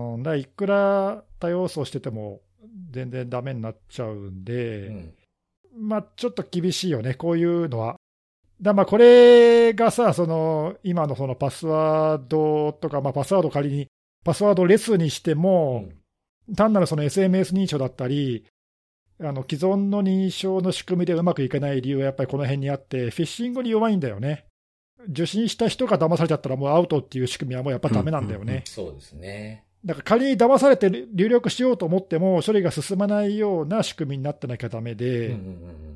うん、だからいくら多要素してても全然ダメになっちゃうんで、うん、まあちょっと厳しいよね、こういうのは。だまあこれがさ、その今のそのパスワードとか、まあ、パスワード仮にパスワードレスにしても、うん、単なるその エスエムエス 認証だったり、あの既存の認証の仕組みでうまくいかない理由はやっぱりこの辺にあって、フィッシングに弱いんだよね。受信した人が騙されちゃったらもうアウトっていう仕組みはもうやっぱダメなんだよね。うんうんうん、 そうですね。 だから仮に騙されて入力しようと思っても処理が進まないような仕組みになってなきゃダメで、うんうんうん、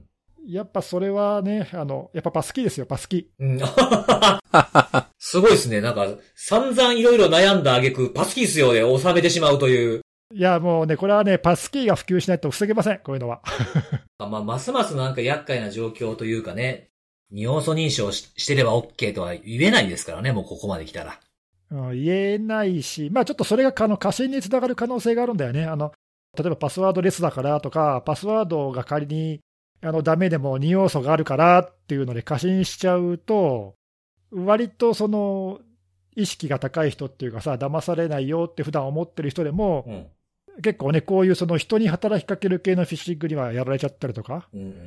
やっぱそれはね、あのやっぱパスキーですよ、パスキー。うん、 すごいですね。なんか散々いろいろ悩んだ挙句パスキーっすよで収めてしまうという。 いやもうね、これはね、パスキーが普及しないと防げません、こういうのは。 まあ、ますますなんか厄介な状況というかね、二要素認証 し, してれば OK とは言えないですからね、もうここまで来たら。 うん、言えないし、まあ、ちょっとそれがあの過信につながる可能性があるんだよね。あの例えばパスワードレスだからとか、パスワードが仮にあのダメでもに要素があるからっていうので過信しちゃうと、割とその意識が高い人っていうかさ、騙されないよって普段思ってる人でも、うん結構ね、こういうその人に働きかける系のフィッシングにはやられちゃったりとか、うんうんうん、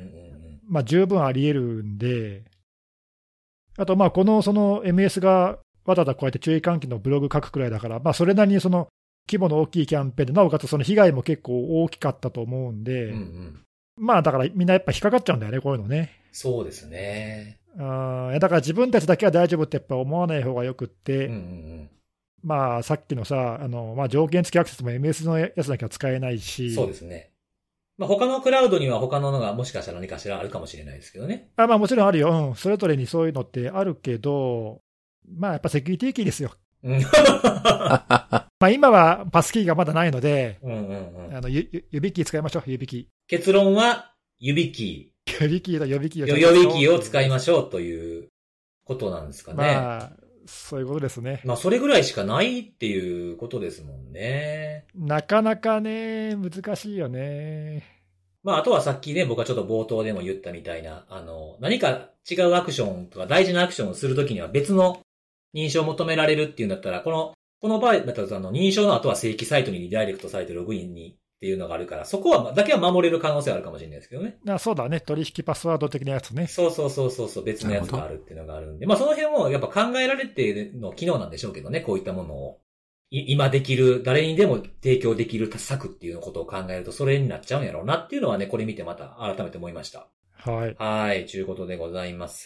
まあ十分あり得るんで、あとまあこのその エムエス がわざわざこうやって注意喚起のブログ書くくらいだから、まあそれなりにその規模の大きいキャンペーンで、なおかつその被害も結構大きかったと思うんで、うんうん、まあだからみんなやっぱ引っかかっちゃうんだよね、こういうのね。 そうですね。 あだから自分たちだけは大丈夫ってやっぱ思わない方がよくって、うんうんうんまあ、さっきのさ、あのまあ、条件付きアクセスも エムエス のやつだけは使えないし、 そうですね。まあ、他のクラウドには他ののがもしかしたら何かしらあるかもしれないですけどね。 あまあ、もちろんあるよ、うん、それぞれにそういうのってあるけど、まあ、やっぱセキュリティキーですよ。まあ今はパスキーがまだないので、うんうんうん、あのゆ指キー使いましょう、指キー。 結論は指キー。指キーと予備キーを予備キーを使いましょうということなんですかね。 まあそういうことですね。 まあ、それぐらいしかないっていうことですもんね。 なかなかね、難しいよね。 まあ、あとはさっきね、僕はちょっと冒頭でも言ったみたいな、あの、何か違うアクションとか大事なアクションをするときには別の認証を求められるっていうんだったら、この、この場合だったら、あの、認証の後は正規サイトにリダイレクトされてログインにっていうのがあるから、そこは、だけは守れる可能性はあるかもしれないですけどね。 あそうだね。取引パスワード的なやつね。 そうそうそうそうそう、別のやつがあるっていうのがあるんで。まあその辺もやっぱ考えられての機能なんでしょうけどね、こういったものを。今できる、誰にでも提供できる策っていうことを考えると、それになっちゃうんやろうなっていうのはね、これ見てまた改めて思いました。 はい。 はい、ということでございます。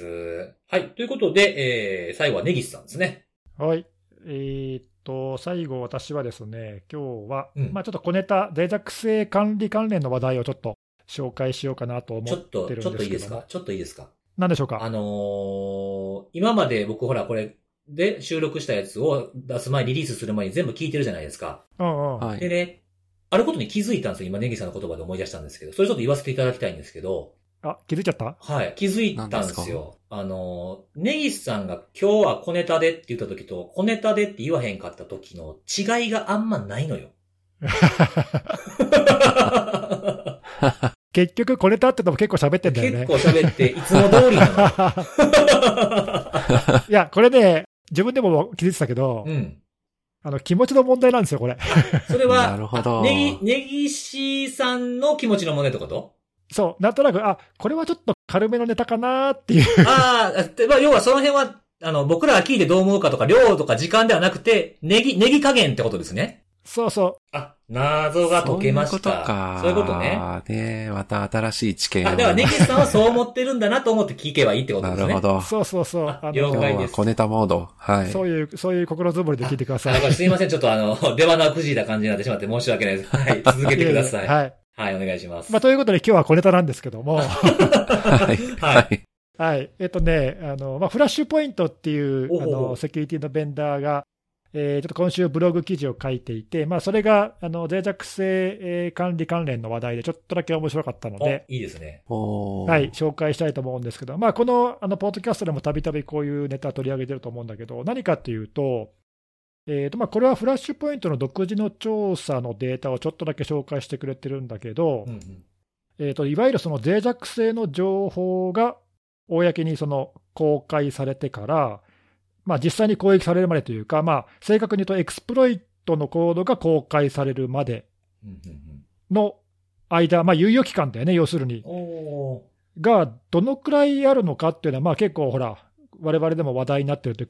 はい、ということで、えー、最後はネギスさんですね。 はい。えー、っと、最後私はですね、今日は、うん、まあちょっと小ネタ、脆弱性管理関連の話題をちょっと紹介しようかなと思ってるんですけども。ちょっと、 ちょっといいですかちょっといいですか何でしょうか。 あのー、今まで僕ほらこれで収録したやつを出す前、リリースする前に全部聞いてるじゃないですか。 うんうん。 でね、あることに気づいたんですよ。今ネギさんの言葉で思い出したんですけど、それちょっと言わせていただきたいんですけど。 あ、気づいちゃった？ はい、気づいたんですよ。あの、ネギさんが今日は小ネタでって言った時と、小ネタでって言わへんかった時の違いがあんまないのよ。 結局小ネタってのも結構喋ってんだよね。 結構喋って、いつも通りなの。いや、これね、自分でも気づいてたけど、うん、あの気持ちの問題なんですよ、これ。 それは、 なるほど。 ネギ、ネギシさんの気持ちの問題ってこと？ そう、なんとなく、あ、これはちょっと軽めのネタかなっていう。 ああ、まあ、要はその辺は、あの、僕らが聞いてどう思うかとか、量とか時間ではなくて、ネギ、ネギ加減ってことですね。 そうそう。 あ、謎が解けました。 そういうことか。 そういうことね。 ねまた新しい知見を。 あ、だからネギさんはそう思ってるんだなと思って聞けばいいってことですね。 なるほど。 そうそうそう。あの了解です。 小ネタモード。はい。 そういう、そういう心づもりで聞いてください。 だからすいません、ちょっとあの、出花をくじいた感じになってしまって申し訳ないです。はい、続けてください。いやいやはい。はい、お願いします。 まあ、ということで今日は小ネタなんですけども。はい。 はい。 はい。えっとね、あの、まあ、フラッシュポイントっていう、あの、セキュリティのベンダーが、えー、ちょっと今週ブログ記事を書いていて、まあ、それが、あの、脆弱性管理関連の話題でちょっとだけ面白かったので、 いいですね。 はい、紹介したいと思うんですけど、まあ、この、あの、ポッドキャストでもたびたびこういうネタ取り上げてると思うんだけど、何かっていうと、えーとまあ、これはフラッシュポイントの独自の調査のデータをちょっとだけ紹介してくれてるんだけど、うんうんえーと、いわゆるその脆弱性の情報が公にその公開されてから、まあ、実際に攻撃されるまでというか、まあ、正確に言うとエクスプロイトのコードが公開されるまでの間、まあ、猶予期間だよね、要するに。がどのくらいあるのかっていうのは、まあ、結構ほら、我々でも話題になってるというか、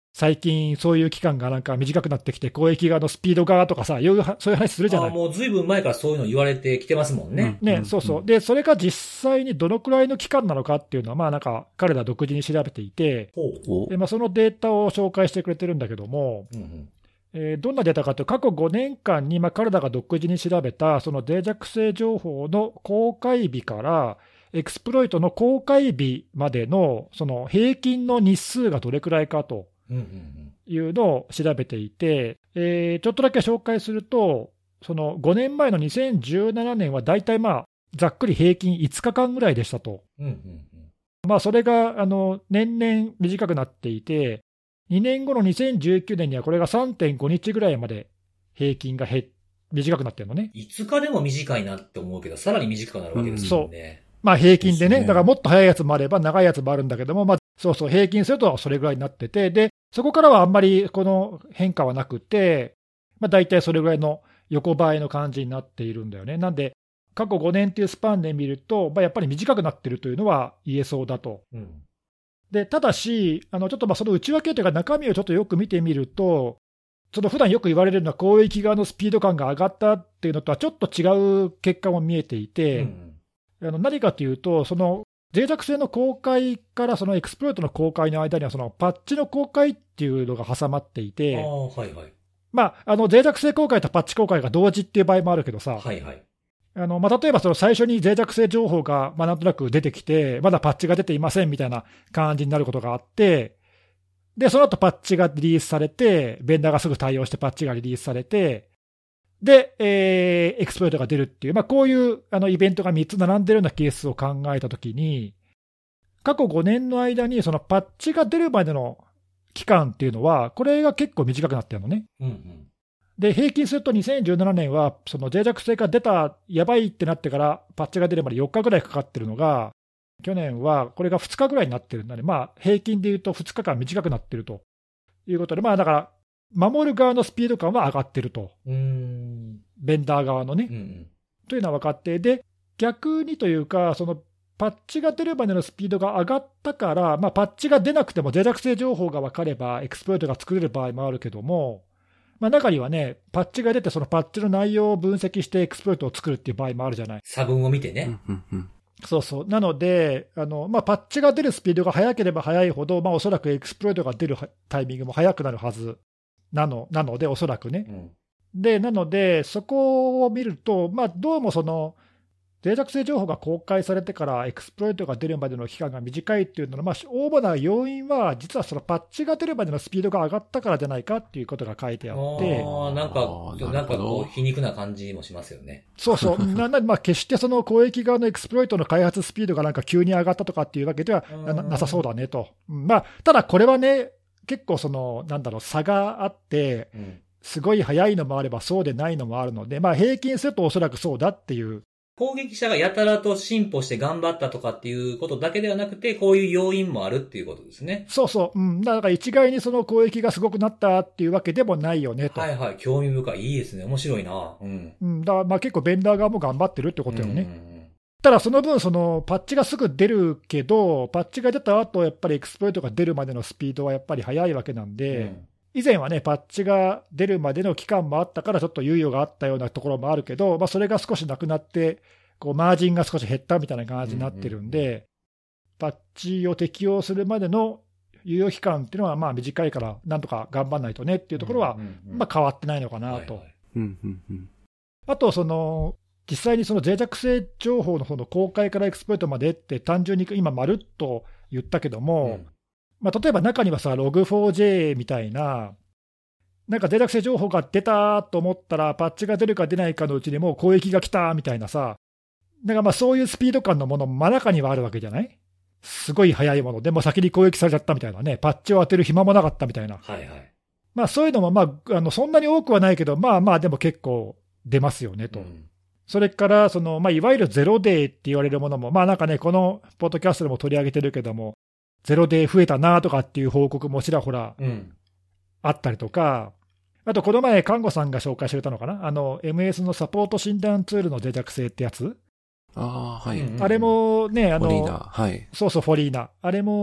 最近そういう期間がなんか短くなってきて、攻撃側のスピードがとかさ、いうそういう話するじゃない。 あもうずいぶん前からそういうの言われてきてますもんね。 うん、ね、そうそう。で、それが実際にどのくらいの期間なのかっていうのは、まあなんか彼ら独自に調べていて、 ほうでまあ、そのデータを紹介してくれてるんだけども、うんうんえー、どんなデータかというと、過去ごねんかんに、まあ、彼らが独自に調べた、その脆弱性情報の公開日から、エクスプロイトの公開日までのその平均の日数がどれくらいかというのを調べていて、えー、ちょっとだけ紹介すると、そのごねんまえのにせんじゅうななねんは大体まあざっくり平均いつかかんぐらいでしたと。うんうんうんまあ、それがあの年々短くなっていて、にねんごのにせんじゅうきゅうねんにはこれが さんてんごにちぐらいまで平均がへ短くなってるのね。 いつかでも短いなって思うけど、さらに短くなるわけですよね。 そうまあ、平均でね、だからもっと早いやつもあれば、長いやつもあるんだけども、まあ、そうそう、平均するとそれぐらいになってて、でそこからはあんまりこの変化はなくて、まあ、大体それぐらいの横ばいの感じになっているんだよね。なんで、過去ごねんというスパンで見ると、まあ、やっぱり短くなっているというのは言えそうだと。うん、でただし、あのちょっとまあその内訳というか、中身をちょっとよく見てみると、その普段よく言われるのは、攻撃側のスピード感が上がったっていうのとはちょっと違う結果も見えていて、うんあの何かというと、その脆弱性の公開からそのエクスプロイトの公開の間には、そのパッチの公開っていうのが挟まっていて、あ、はいはいまあ、あの脆弱性公開とパッチ公開が同時っていう場合もあるけどさ、はいはいあのまあ、例えばその最初に脆弱性情報がまあなんとなく出てきて、まだパッチが出ていませんみたいな感じになることがあって、でその後パッチがリリースされて、ベンダーがすぐ対応してパッチがリリースされて、で、えー、エクスプロイトが出るっていう、まあ、こういうあのイベントがみっつ並んでるようなケースを考えたときに、過去ごねんの間にそのパッチが出るまでの期間っていうのは、これが結構短くなってるのね。うんうん、で、平均するとにせんじゅうななねんは、その脆弱性が出た、やばいってなってからパッチが出るまでよっかぐらいかかってるのが、去年はこれがふつかぐらいになってるんだね。まあ、平均でいうとふつかかん短くなってるということで、まあだから、守る側のスピード感は上がってると、うーんベンダー側のね、うんうん、というのは分かって、で逆にというか、そのパッチが出るまでのスピードが上がったから、まあ、パッチが出なくても脆弱性情報が分かれば、エクスプロイトが作れる場合もあるけども、まあ、中にはね、パッチが出て、そのパッチの内容を分析して、エクスプロイトを作るっていう場合もあるじゃない。 差分を見てね。 そうそう、なので、あのまあ、パッチが出るスピードが速ければ速いほど、まあ、おそらくエクスプロイトが出るタイミングも速くなるはず。なのなので、おそらくね、うん、でなので、そこを見ると、まあ、どうもその脆弱性情報が公開されてからエクスプロイトが出るまでの期間が短いっていうのの、まあ、主な要因は、実はそのパッチが出るまでのスピードが上がったからじゃないかっていうことが書いてあって、 あなんか、なんかこう皮肉な感じもしますよね。 そうそう、ななまあ、決してその攻撃側のエクスプロイトの開発スピードがなんか急に上がったとかっていうわけでは な, なさそうだねと、まあ、ただこれはね、結構そのなんだろう差があって、すごい速いのもあればそうでないのもあるので、まあ、平均するとおそらくそうだっていう。 攻撃者がやたらと進歩して頑張ったとかっていうことだけではなくて、こういう要因もあるっていうことですね。 そうそう、うん、だから一概にその攻撃がすごくなったっていうわけでもないよねと。 はいはい、興味深い、いいですね、面白いな。うん。 うん、だからまあ結構ベンダー側も頑張ってるってことよね。うんうんうん、ただその分、そのパッチがすぐ出るけど、パッチが出た後やっぱりエクスプロイトが出るまでのスピードはやっぱり速いわけなんで、うん、以前はね、パッチが出るまでの期間もあったから、ちょっと猶予があったようなところもあるけど、まあ、それが少しなくなって、こうマージンが少し減ったみたいな感じになってるんで、うんうんうん、パッチを適用するまでの猶予期間っていうのはまあ短いから、なんとか頑張らないとねっていうところは、まあ変わってないのかなと。あと、その、実際にその脆弱性情報の方の公開からエクスプロイトまでって単純に今まるっと言ったけども、うんまあ、例えば中にはさ ログフォージェー みたいな、なんか脆弱性情報が出たと思ったらパッチが出るか出ないかのうちにもう攻撃が来たみたいなさ、なんかまあそういうスピード感のものも真中にはあるわけじゃない。すごい速いものでも先に攻撃されちゃったみたいなね、パッチを当てる暇もなかったみたいな、はいはいまあ、そういうのもまああのそんなに多くはないけど、まあまあでも結構出ますよねと。うんそれからその、まあ、いわゆるゼロデーって言われるものも、まあなんかね、このポッドキャストでも取り上げてるけども、ゼロデー増えたなとかっていう報告もちらほらあったりとか、うん、あとこの前、看護さんが紹介してくれたのかな、あの エムエス のサポート診断ツールの脆弱性ってやつ、 あ, はい、 あれもね、あのフォリーナ、はい、 そうそう、フォリーナ、あれも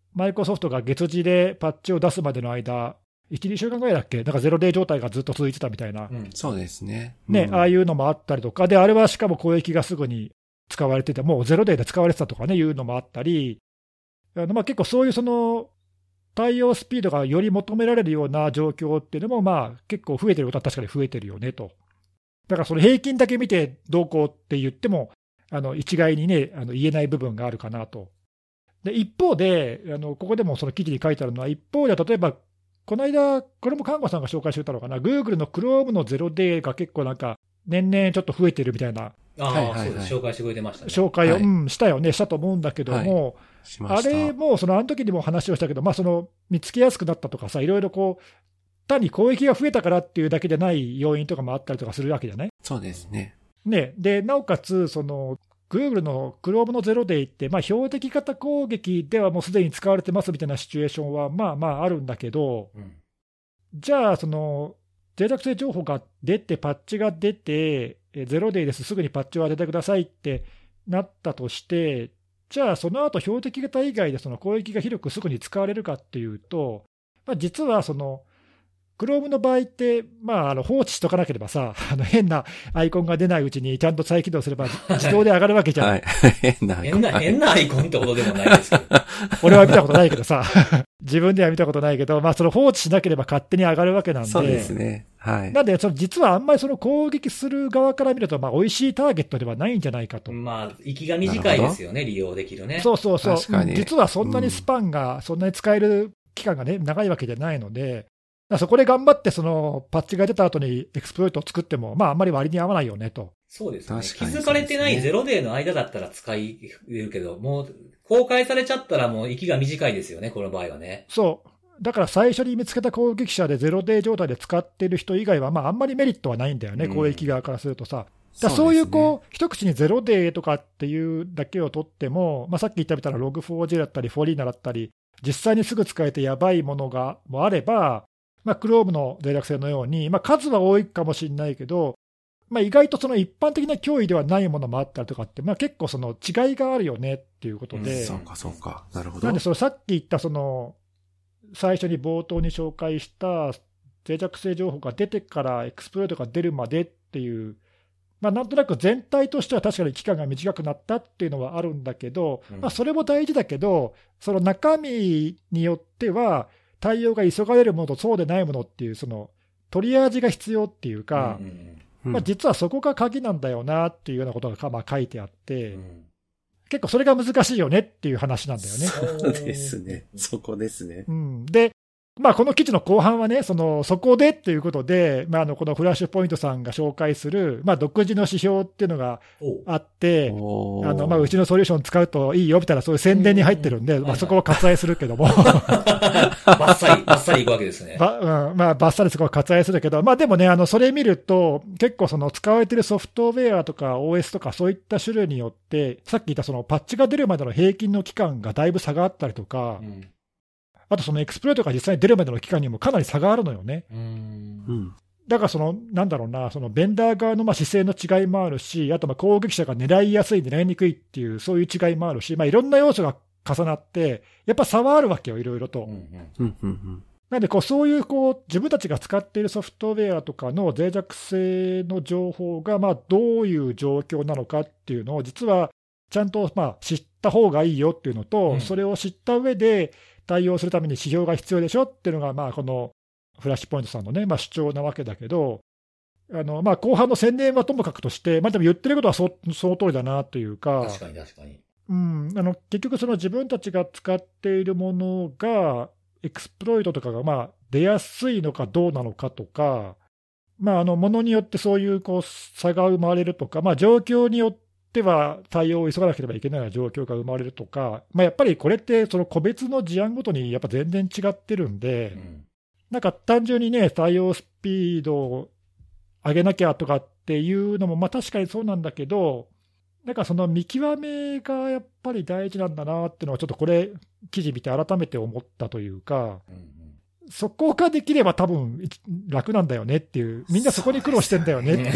マイクロソフトが月次でパッチを出すまでの間、いち、にしゅうかんぐらいだっけ、なんかゼロデー状態がずっと続いてたみたいな、 うん、そうですね。 ね、うん、ああいうのもあったりとか、で、あれはしかも攻撃がすぐに使われてて、もうゼロデーで使われてたとかね、いうのもあったり、あのまあ結構そういうその対応スピードがより求められるような状況っていうのも、まあ結構増えてることは確かに増えてるよねと。だからその平均だけ見てどうこうって言っても、あの一概にね、あの言えない部分があるかなと。で一方で、あのここでもその記事に書いてあるのは、一方で例えば、この間、これも看護さんが紹介してたのかな、Google の Chrome のゼロデーが結構なんか、年々ちょっと増えてるみたいな、 あはいはいはい、そうです紹介してくれてましたね。 紹介を、はい、うん、したよね、したと思うんだけども、はい、あれも、そのあの時にも話をしたけど、まあ、その見つけやすくなったとかさ、いろいろこう、単に攻撃が増えたからっていうだけじゃない要因とかもあったりとかするわけじゃない。 そうですね。 ねでなおかつ、その、Google の Chrome のゼロデーって、まあ、標的型攻撃ではもうすでに使われてますみたいなシチュエーションは、まあまああるんだけど、うん、じゃあ、その、脆弱性情報が出て、パッチが出て、ゼロデーです、すぐにパッチを当ててくださいってなったとして、じゃあ、その後標的型以外でその攻撃が広くすぐに使われるかっていうと、まあ、実はその、Chrome の場合って、まあ、あの放置しとかなければさ、あの変なアイコンが出ないうちにちゃんと再起動すれば自動で上がるわけじゃん。はい、 変なアイコン。変な、変なアイコンってことでもないですけど。 俺は見たことないけどさ、自分では見たことないけど、まあ、その放置しなければ勝手に上がるわけなんで。 そうですね。はい。 なんで、その実はあんまりその攻撃する側から見ると、まあ、美味しいターゲットではないんじゃないかと。 まあ、息が短いですよね、利用できるね。 そうそうそう。実はそんなにスパンが、そんなに使える期間がね、長いわけじゃないので、そこで頑張ってそのパッチが出た後にエクスプロイトを作っても、まああんまり割に合わないよねと。 そうですね。気づかれてないゼロデーの間だったら使いれるけど、もう公開されちゃったらもう息が短いですよね、この場合はね。 そう。だから最初に見つけた攻撃者でゼロデー状態で使っている人以外は、まああんまりメリットはないんだよね、うん、攻撃側からするとさ。だそういうこう、一口にゼロデーとかっていうだけを取っても、まあさっき言ったみたいな ログフォージェー だったり、フォリーナだったり、実際にすぐ使えてやばいものがもあれば、まあ、Chrome の脆弱性のように、まあ、数は多いかもしれないけど、まあ、意外とその一般的な脅威ではないものもあったりとかって、まあ、結構その違いがあるよねっていうことで、 うん、そうかそうか、なるほど。 なんでそのさっき言ったその最初に冒頭に紹介した脆弱性情報が出てからエクスプロイトが出るまでっていう、まあ、なんとなく全体としては確かに期間が短くなったっていうのはあるんだけど、うん、まあ、それも大事だけど、その中身によっては、対応が急がれるものとそうでないものっていう、そのトリアージが必要っていうか、うんうんうん、まあ、実はそこが鍵なんだよなっていうようなことがまあ書いてあって、うん、結構それが難しいよねっていう話なんだよね。 そうですね。そこですね。 うん、で、まあ、この記事の後半はね、そのそこでっていうことで、まあ、あのこのフラッシュポイントさんが紹介する、まあ、独自の指標っていうのがあって、あのまあうちのソリューション使うといいよみたいな、そういう宣伝に入ってるんで、まあ、そこを割愛するけども。 バッサリ、バッサリいくわけですね。 ば、うん、まあ、バッサリそこを割愛するけど、まあ、でもね、あのそれ見ると、結構その使われてるソフトウェアとか オーエス とか、そういった種類によって、さっき言ったそのパッチが出るまでの平均の期間がだいぶ差があったりとか、うん、あとそのエクスプロイトが実際に出るまでの期間にもかなり差があるのよね。うんだからその、なんだろうな、そのベンダー側のまあ姿勢の違いもあるし、あとまあ攻撃者が狙いやすい、狙いにくいっていう、そういう違いもあるし、まあ、いろんな要素が重なって、やっぱ差はあるわけよ、いろいろと。うんうん、なんでこう、そういうこう自分たちが使っているソフトウェアとかの脆弱性の情報がまあどういう状況なのかっていうのを、実はちゃんとまあ知った方がいいよっていうのと、うん、それを知った上で、対応するために指標が必要でしょっていうのが、まあこのフラッシュポイントさんのね、まあ、主張なわけだけど、あのまあ後半の宣伝はともかくとして、まあ、でも言ってることは そ, その通りだなというか、 確かに確かに、 うん、あの結局、その自分たちが使っているものが、エクスプロイトとかがまあ出やすいのかどうなのかとか、まあ、あのものによってそういうこう差が生まれるとか、まあ、状況によってでは対応を急がなければいけないような状況が生まれるとか、まあ、やっぱりこれってその個別の事案ごとにやっぱ全然違ってるんで、うん、なんか単純にね、対応スピードを上げなきゃとかっていうのもまあ確かにそうなんだけど、なんかその見極めがやっぱり大事なんだなっていうのは、ちょっとこれ記事見て改めて思ったというか、うんうん、そこができれば多分楽なんだよねっていう、みんなそこに苦労してんだよねっていう。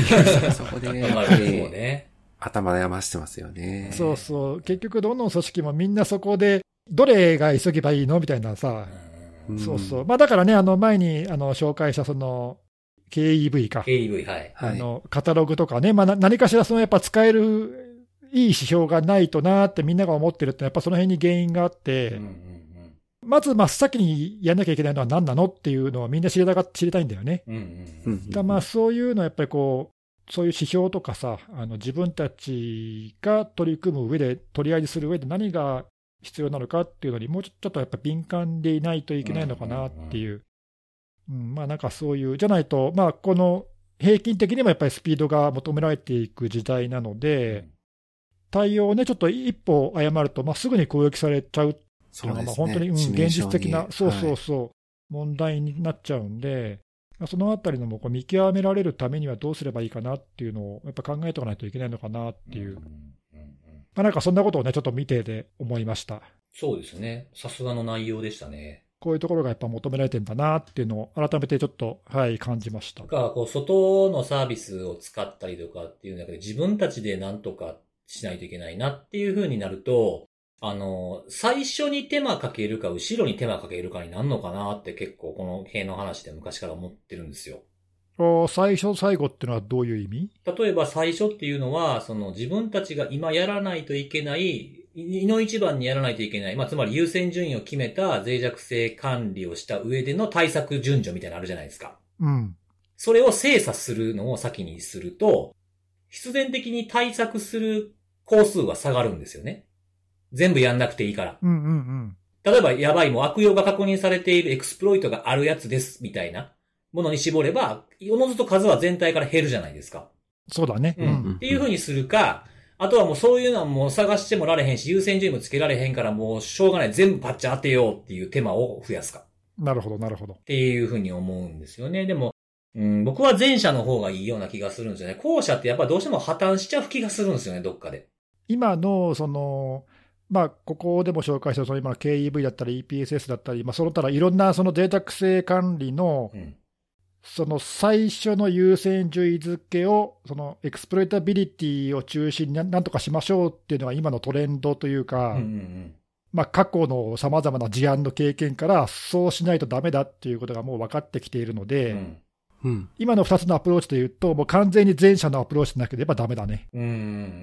そこでね頭悩ましてますよね。 そうそう、結局どの組織もみんなそこでどれが急げばいいのみたいなさ、 うん、 そうそう。まあだからね、あの前にあの紹介したその ケーイーブイ か。 ケーイーブイ、はい。 あの、カタログとかね、まあ何かしらそのやっぱ使えるいい指標がないとなってみんなが思ってるって、やっぱその辺に原因があって、うんうんうん、まず真っ先にやんなきゃいけないのは何なのっていうのをみんな知りたが知りたいんだよね。うんうんうん、だまあそういうのはやっぱりこう、そういう指標とかさ、あの自分たちが取り組む上で、取り合いする上で何が必要なのかっていうのに、もうちょっとやっぱ敏感でいないといけないのかなっていう、うんうんうん、まあなんかそういう、じゃないと、まあこの平均的にもやっぱりスピードが求められていく時代なので、対応をね、ちょっと一歩誤ると、まあ、すぐに攻撃されちゃうっていうのが、まあ本当に、うん、現実的な、そうそうそう、はい、問題になっちゃうんで、そのあたりのもこう見極められるためにはどうすればいいかなっていうのを、やっぱ考えておかないといけないのかなっていう、うんうんうん、まあ、なんかそんなことをね、ちょっと見てで思いました。 そうですね、さすがの内容でしたね。 こういうところがやっぱ求められてるんだなっていうのを、改めてちょっと、はい、感じました。 だからこう外のサービスを使ったりとかっていう中で、自分たちでなんとかしないといけないなっていう風になると、あの、最初に手間かけるか、後ろに手間かけるかになるのかなって結構この辺の話で昔から思ってるんですよ。 最初最後ってのはどういう意味？ 例えば最初っていうのは、その自分たちが今やらないといけない、いの一番にやらないといけない、まあ、つまり優先順位を決めた脆弱性管理をした上での対策順序みたいなのあるじゃないですか。 うん。 それを精査するのを先にすると、必然的に対策する工数は下がるんですよね。全部やんなくていいから。 うんうんうん。 例えば、やばい、もう悪用が確認されているエクスプロイトがあるやつです、みたいなものに絞れば、おのずと数は全体から減るじゃないですか。 そうだね。 うん。うん、っていう風にするか、あとはもうそういうのはもう探してもられへんし、優先順位もつけられへんからもうしょうがない。全部パッチ当てようっていう手間を増やすか。 なるほど、なるほど。 っていう風に思うんですよね。でも、うん、僕は前者の方がいいような気がするんですよね。後者ってやっぱどうしても破綻しちゃう気がするんですよね、どっかで。 今の、その、まあ、ここでも紹介した、その今の ケーイーブイ だったり イーピーエスエス だったり、まあ、その他いろんなその脆弱性管理の、うん、その最初の優先順位付けを、そのエクスプロイタビリティを中心になんとかしましょうっていうのが今のトレンドというか、うんうんうん、まあ、過去のさまざまな事案の経験から、そうしないとダメだっていうことがもう分かってきているので、うんうん、今のふたつのアプローチでいうと、もう完全に前者のアプローチでなければダメだね。 うん、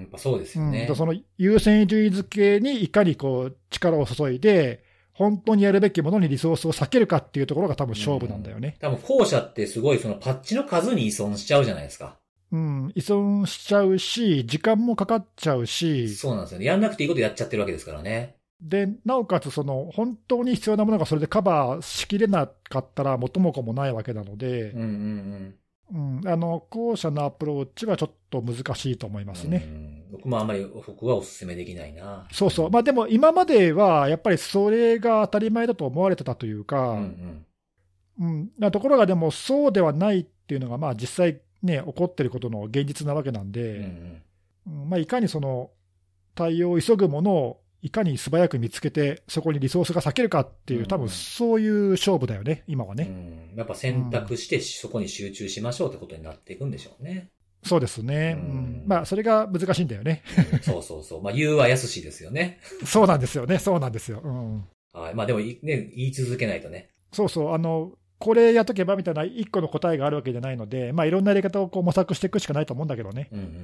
そうですよね。 うん、その優先順位付けにいかにこう力を注いで、本当にやるべきものにリソースを避けるかっていうところが多分勝負なんだよね。 多分後者ってすごいそのパッチの数に依存しちゃうじゃないですか。 うん、依存しちゃうし、時間もかかっちゃうし。 そうなんですよね。やんなくていいことやっちゃってるわけですからね。 で、なおかつその本当に必要なものがそれでカバーしきれなかったら元も子もないわけなので、うんうんうんうん、あの後者のアプローチはちょっと難しいと思いますね。 うん、僕もあんまり僕はお勧めできないな。 そうそう。まあでも今まではやっぱりそれが当たり前だと思われてたというか、うんうんうん、ところがでもそうではないっていうのがまあ実際ね、起こっていることの現実なわけなんで、うんうんまあ、いかにその対応を急ぐものをいかに素早く見つけて、そこにリソースが割けるかっていう、多分そういう勝負だよね、今はね。 うん、やっぱ選択して、そこに集中しましょうってことになっていくんでしょうね。 そうですね。うん、まあ、それが難しいんだよね。 うん、そうそうそう。まあ、言うは易しいですよね。 そうなんですよね。そうなんですよ。うん、 はい。まあ、でも、ね、言い続けないとね。 そうそう。あの、これやっとけばみたいな一個の答えがあるわけじゃないので、まあ、いろんなやり方をこう模索していくしかないと思うんだけどね。 うんうんうん。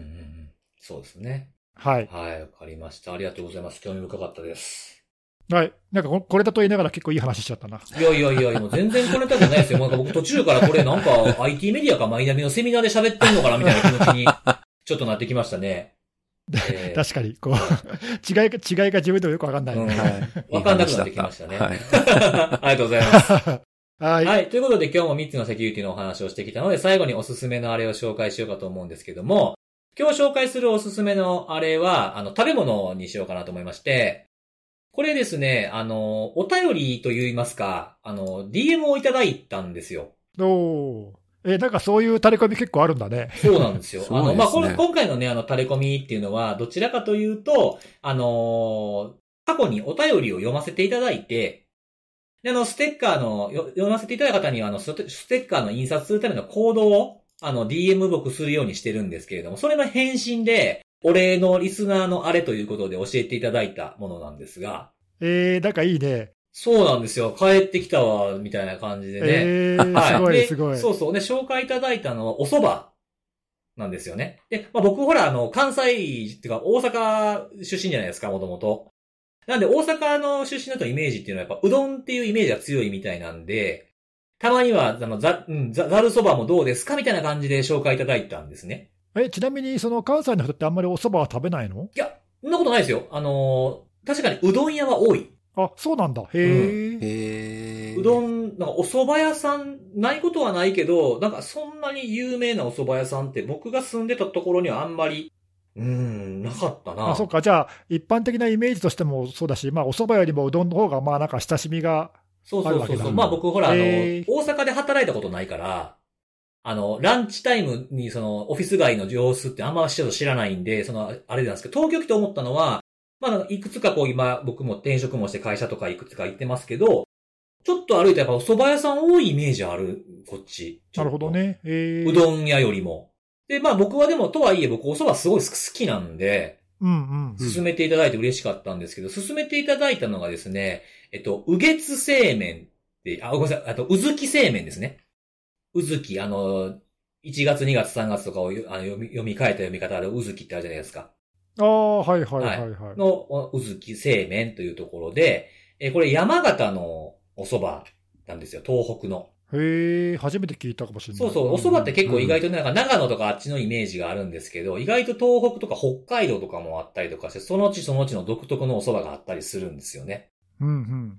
そうですね。 はい。 はい、わかりました。ありがとうございます。興味深かったです。 はい。なんかこれだと言いながら結構いい話しちゃったな。 いやいやいや、もう全然これだじゃないですよ。なんか僕途中からこれなんか アイティー メディアかマイナビのセミナーで喋ってんのかなみたいな気持ちにちょっとなってきましたね。 えー、確かに、こう、違いが、違いが自分でもよくわかんない、ね。うん、 はい。わかんなくなってきましたね。はい。ありがとうございます。はい。はい。ということで今日もみっつのセキュリティのお話をしてきたので、最後におすすめのあれを紹介しようかと思うんですけども、今日紹介するおすすめのあれは、あの、食べ物にしようかなと思いまして、これですね、あの、お便りと言いますか、あの、ディーエム をいただいたんですよ。 おー。え、なんかそういうタレコミ結構あるんだね。 そうなんですよ。すね、あの、まあ、これ、今回のね、あの、タレコミっていうのは、どちらかというと、あの、過去にお便りを読ませていただいて、で、あの、ステッカーの、読ませていただいた方には、あの、ステッカーの印刷するためのコードを、あの、ディーエム 僕するようにしてるんですけれども、それの返信で、お礼のリスナーのあれということで教えていただいたものなんですが。 えー、なんかいいね。 そうなんですよ。帰ってきたわ、みたいな感じでね。 えー、はい、すごい、すごい。 そうそう。ね、紹介いただいたのはお蕎麦なんですよね。で、まあ、僕ほら、あの、関西、っていうか大阪出身じゃないですか、もともと。なんで大阪の出身だとイメージっていうのはやっぱうどんっていうイメージが強いみたいなんで、たまには、あの、ざ、うん、ざ、ざるそばもどうですかみたいな感じで紹介いただいたんですね。 え、ちなみにその関西の人ってあんまりお蕎麦は食べないの？ いや、そんなことないですよ。あのー、確かにうどん屋は多い。 あ、そうなんだ。へー。 うん、へー。 うどん、なんかお蕎麦屋さん、ないことはないけど、なんかそんなに有名なお蕎麦屋さんって僕が住んでたところにはあんまり、うーん、なかったな。 あ、そうか。じゃあ、一般的なイメージとしてもそうだし、まあ、お蕎麦よりもうどんの方が、まあ、なんか親しみがそうあるわけだ。 そうそうそう。まあ僕ほら、あの、 へー。 大阪で働いたことないから、あの、ランチタイムにその、オフィス街の様子ってあんまちょっと知らないんで、その、あれなんですけど、東京来て思ったのは、まあ、いくつかこう今、僕も転職もして会社とかいくつか行ってますけど、ちょっと歩いたらやっぱお蕎麦屋さん多いイメージある、こっち。 なるほどね。へー。 うどん屋よりも。で、まあ僕はでも、とはいえ僕お蕎麦すごい好きなんで、 うんうん。 進めていただいて嬉しかったんですけど、進めていただいたのがですね、えっと、うげつ製麺って、あ、ごめんなさい、あと、うずき製麺ですね。うずき、あの、いちがつ、にがつ、さんがつとかをあの読み、読み替えた読み方でうずきってあるじゃないですか。 ああ、はいはいはいはい。 はい、の、うずき製麺というところで、え、これ山形のお蕎麦なんですよ、東北の。 へえ、初めて聞いたかもしれない。 そうそう、お蕎麦って結構意外となんか長野とかあっちのイメージがあるんですけど、意外と東北とか北海道とかもあったりとかして、その地その地の独特のお蕎麦があったりするんですよね。 うんうん。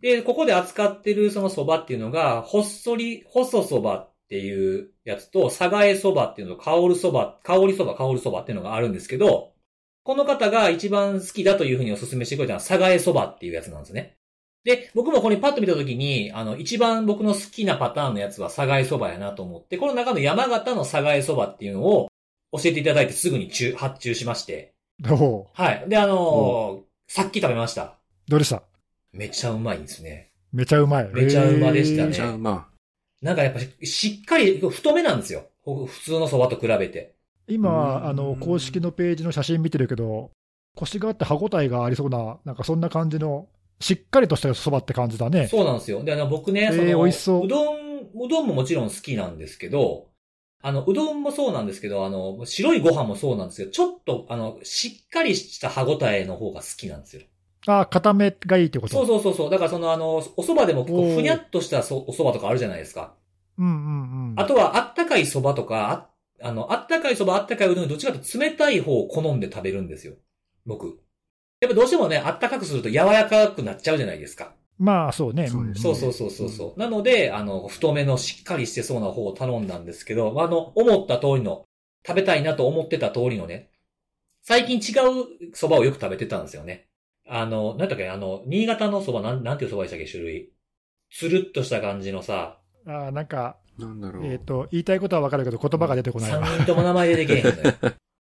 で、ここで扱ってるその蕎麦っていうのが、ほっそり、細蕎麦っていうやつと、さがえ蕎麦っていうのと、香る蕎麦、香り蕎麦、香る蕎麦っていうのがあるんですけど、この方が一番好きだというふうにお勧めしてくれたのは、さがえ蕎麦っていうやつなんですね。で、僕もここにパッと見たときに、あの、一番僕の好きなパターンのやつは、さがえ蕎麦やなと思って、この中の山形のさがえ蕎麦っていうのを教えていただいてすぐに注発注しまして。 おはい。で、あのー、さっき食べました。 どうでした？ めっちゃうまいんですね。 めちゃうまい。 めちゃうまでしたね。 めちゃうま。 なんかやっぱしっかり太めなんですよ。普通の蕎麦と比べて。 今、あの、公式のページの写真見てるけど、コシがあって歯応えがありそうな、なんかそんな感じの、しっかりとした蕎麦って感じだね。 そうなんですよ。で、あの、僕ね、 えー、 その、 美味しそう。 うどん、うどんももちろん好きなんですけど、あの、うどんもそうなんですけど、あの、白いご飯もそうなんですけど、ちょっと、あの、しっかりした歯応えの方が好きなんですよ。 あ、固めがいいってこと？ そうそうそうそう。だからその、あの、お蕎麦でも結構ふにゃっとしたお蕎麦とかあるじゃないですか。 うんうんうん。 あとは、あったかい蕎麦とか、あ、あの、あったかい蕎麦、あったかいうどんどっちかというと冷たい方を好んで食べるんですよ。僕。やっぱどうしてもね、あったかくすると柔らかくなっちゃうじゃないですか。 まあ、そうね。 そうですね。 そうそうそうそうそう、うん。なので、あの、太めのしっかりしてそうな方を頼んだんですけど、あの、思った通りの、食べたいなと思ってた通りのね、最近違う蕎麦をよく食べてたんですよね。あの、なんだっけ、あの、新潟の蕎麦、なん、なんていう蕎麦でしたっけ、種類。つるっとした感じのさ。 ああ、なんか、 なんだろう。 えっと、言いたいことはわかるけど、言葉が出てこないわ。 三人とも名前出てけえへんのよ。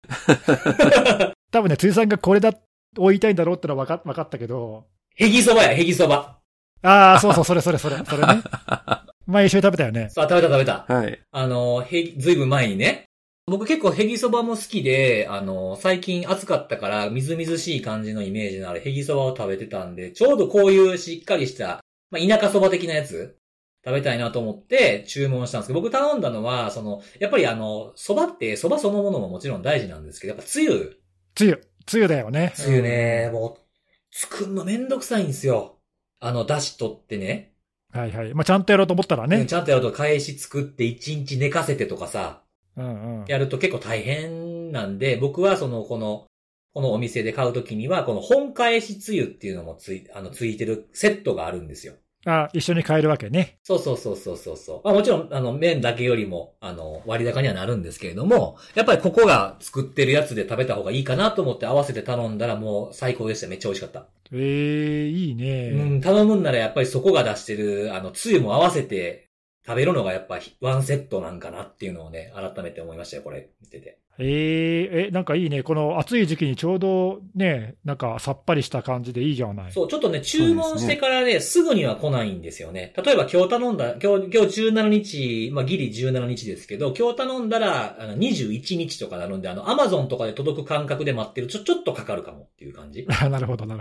多分ね、辻さんがこれだ、を言いたいんだろうってのは分か、分かったけど。 へぎ蕎麦や、へぎ蕎麦。 ああ、そうそう、それそれそれ、それね。前一緒に食べたよね。 さあ、食べた食べた。 はい。 あの、へぎ、ずいぶん前にね。僕結構へぎ蕎麦も好きで、あの、最近暑かったからみずみずしい感じのイメージのあるへぎ蕎麦を食べてたんで、ちょうどこういうしっかりした、まあ、田舎蕎麦的なやつ食べたいなと思って注文したんですけど、僕頼んだのは、その、やっぱりあの、蕎麦って蕎麦そのものももちろん大事なんですけど、やっぱつゆ。 つゆ、つゆだよね。 つゆね、もう、作るのめんどくさいんですよ。あの、出汁取ってね。 はいはい。まあ、ちゃんとやろうと思ったらね。 ちゃんとやると返し作って一日寝かせてとかさ。 うんうん。 やると結構大変なんで、僕はその、この、このお店で買うときには、この本返しつゆっていうのもつい、あの、ついてるセットがあるんですよ。 あ、一緒に買えるわけね。 そうそうそうそうそうそう。まあもちろん、あの、麺だけよりも、あの、割高にはなるんですけれども、やっぱりここが作ってるやつで食べた方がいいかなと思って合わせて頼んだらもう最高でした。めっちゃ美味しかった。 ええー、いいね。 うん、頼むんならやっぱりそこが出してる、あの、つゆも合わせて食べるのがやっぱワンセットなんかなっていうのをね、改めて思いましたよ、これ、見てて。 えー、え、なんかいいね。この暑い時期にちょうどね、なんかさっぱりした感じでいいじゃない。 そう、ちょっとね、注文してからね、すぐには来ないんですよね。例えば今日頼んだ、今日、今日じゅうしちにち、まあギリじゅうしちにちですけど、今日頼んだら、あの、にじゅういちにちとかなるんで、あの、アマゾンとかで届く感覚で待ってる、ちょ、ちょっとかかるかもっていう感じ。 なるほど、なるほど。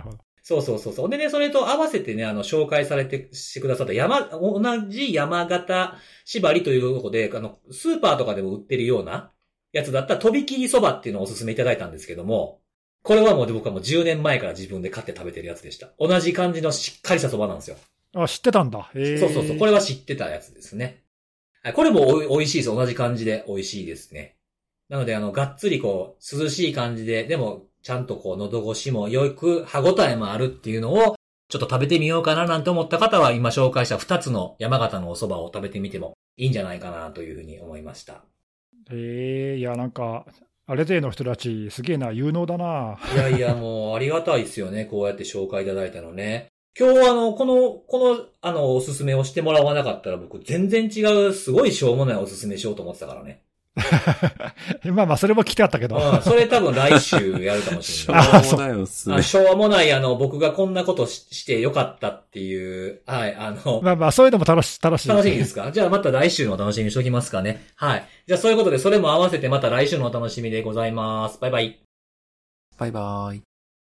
そうそうそうそう。でね、それと合わせてね、あの、紹介されてしてくださった山、同じ山形縛りというところで、あの、スーパーとかでも売ってるようなやつだったら、とびきりそばっていうのをおすすめいただいたんですけども、これはもう僕はもうじゅうねんまえから自分で買って食べてるやつでした。同じ感じのしっかりしたそばなんですよ。 あ、知ってたんだ。へー。 そうそうそう。これは知ってたやつですね。これもおい、美味しいです。同じ感じで美味しいですね。なので、あの、がっつりこう、涼しい感じで、でも、ちゃんとこう、喉越しも良く、歯応えもあるっていうのを、ちょっと食べてみようかななんて思った方は、今紹介したふたつの山形のお蕎麦を食べてみてもいいんじゃないかなというふうに思いました。 へえ、いや、なんか、あれ勢の人たち、すげえな、有能だな。 いやいや、もう、ありがたいですよね。こうやって紹介いただいたのね。今日あの、この、この、あの、おすすめをしてもらわなかったら僕全然違う、すごいしょうもないおすすめしようと思ってたからね。 まあまあ、それも来てあったけど。 うん、それ多分来週やるかもしれない。 しょうもないおすすめ。 しょうもない、あの、僕がこんなこと し, してよかったっていう、はい、あの。 まあまあ、そういうのも楽し、楽しい、 楽しみですか？じゃあまた来週のお楽しみにしときますかね。はい。じゃあそういうことで、それも合わせてまた来週のお楽しみでございます。バイバイ。 バイバイ。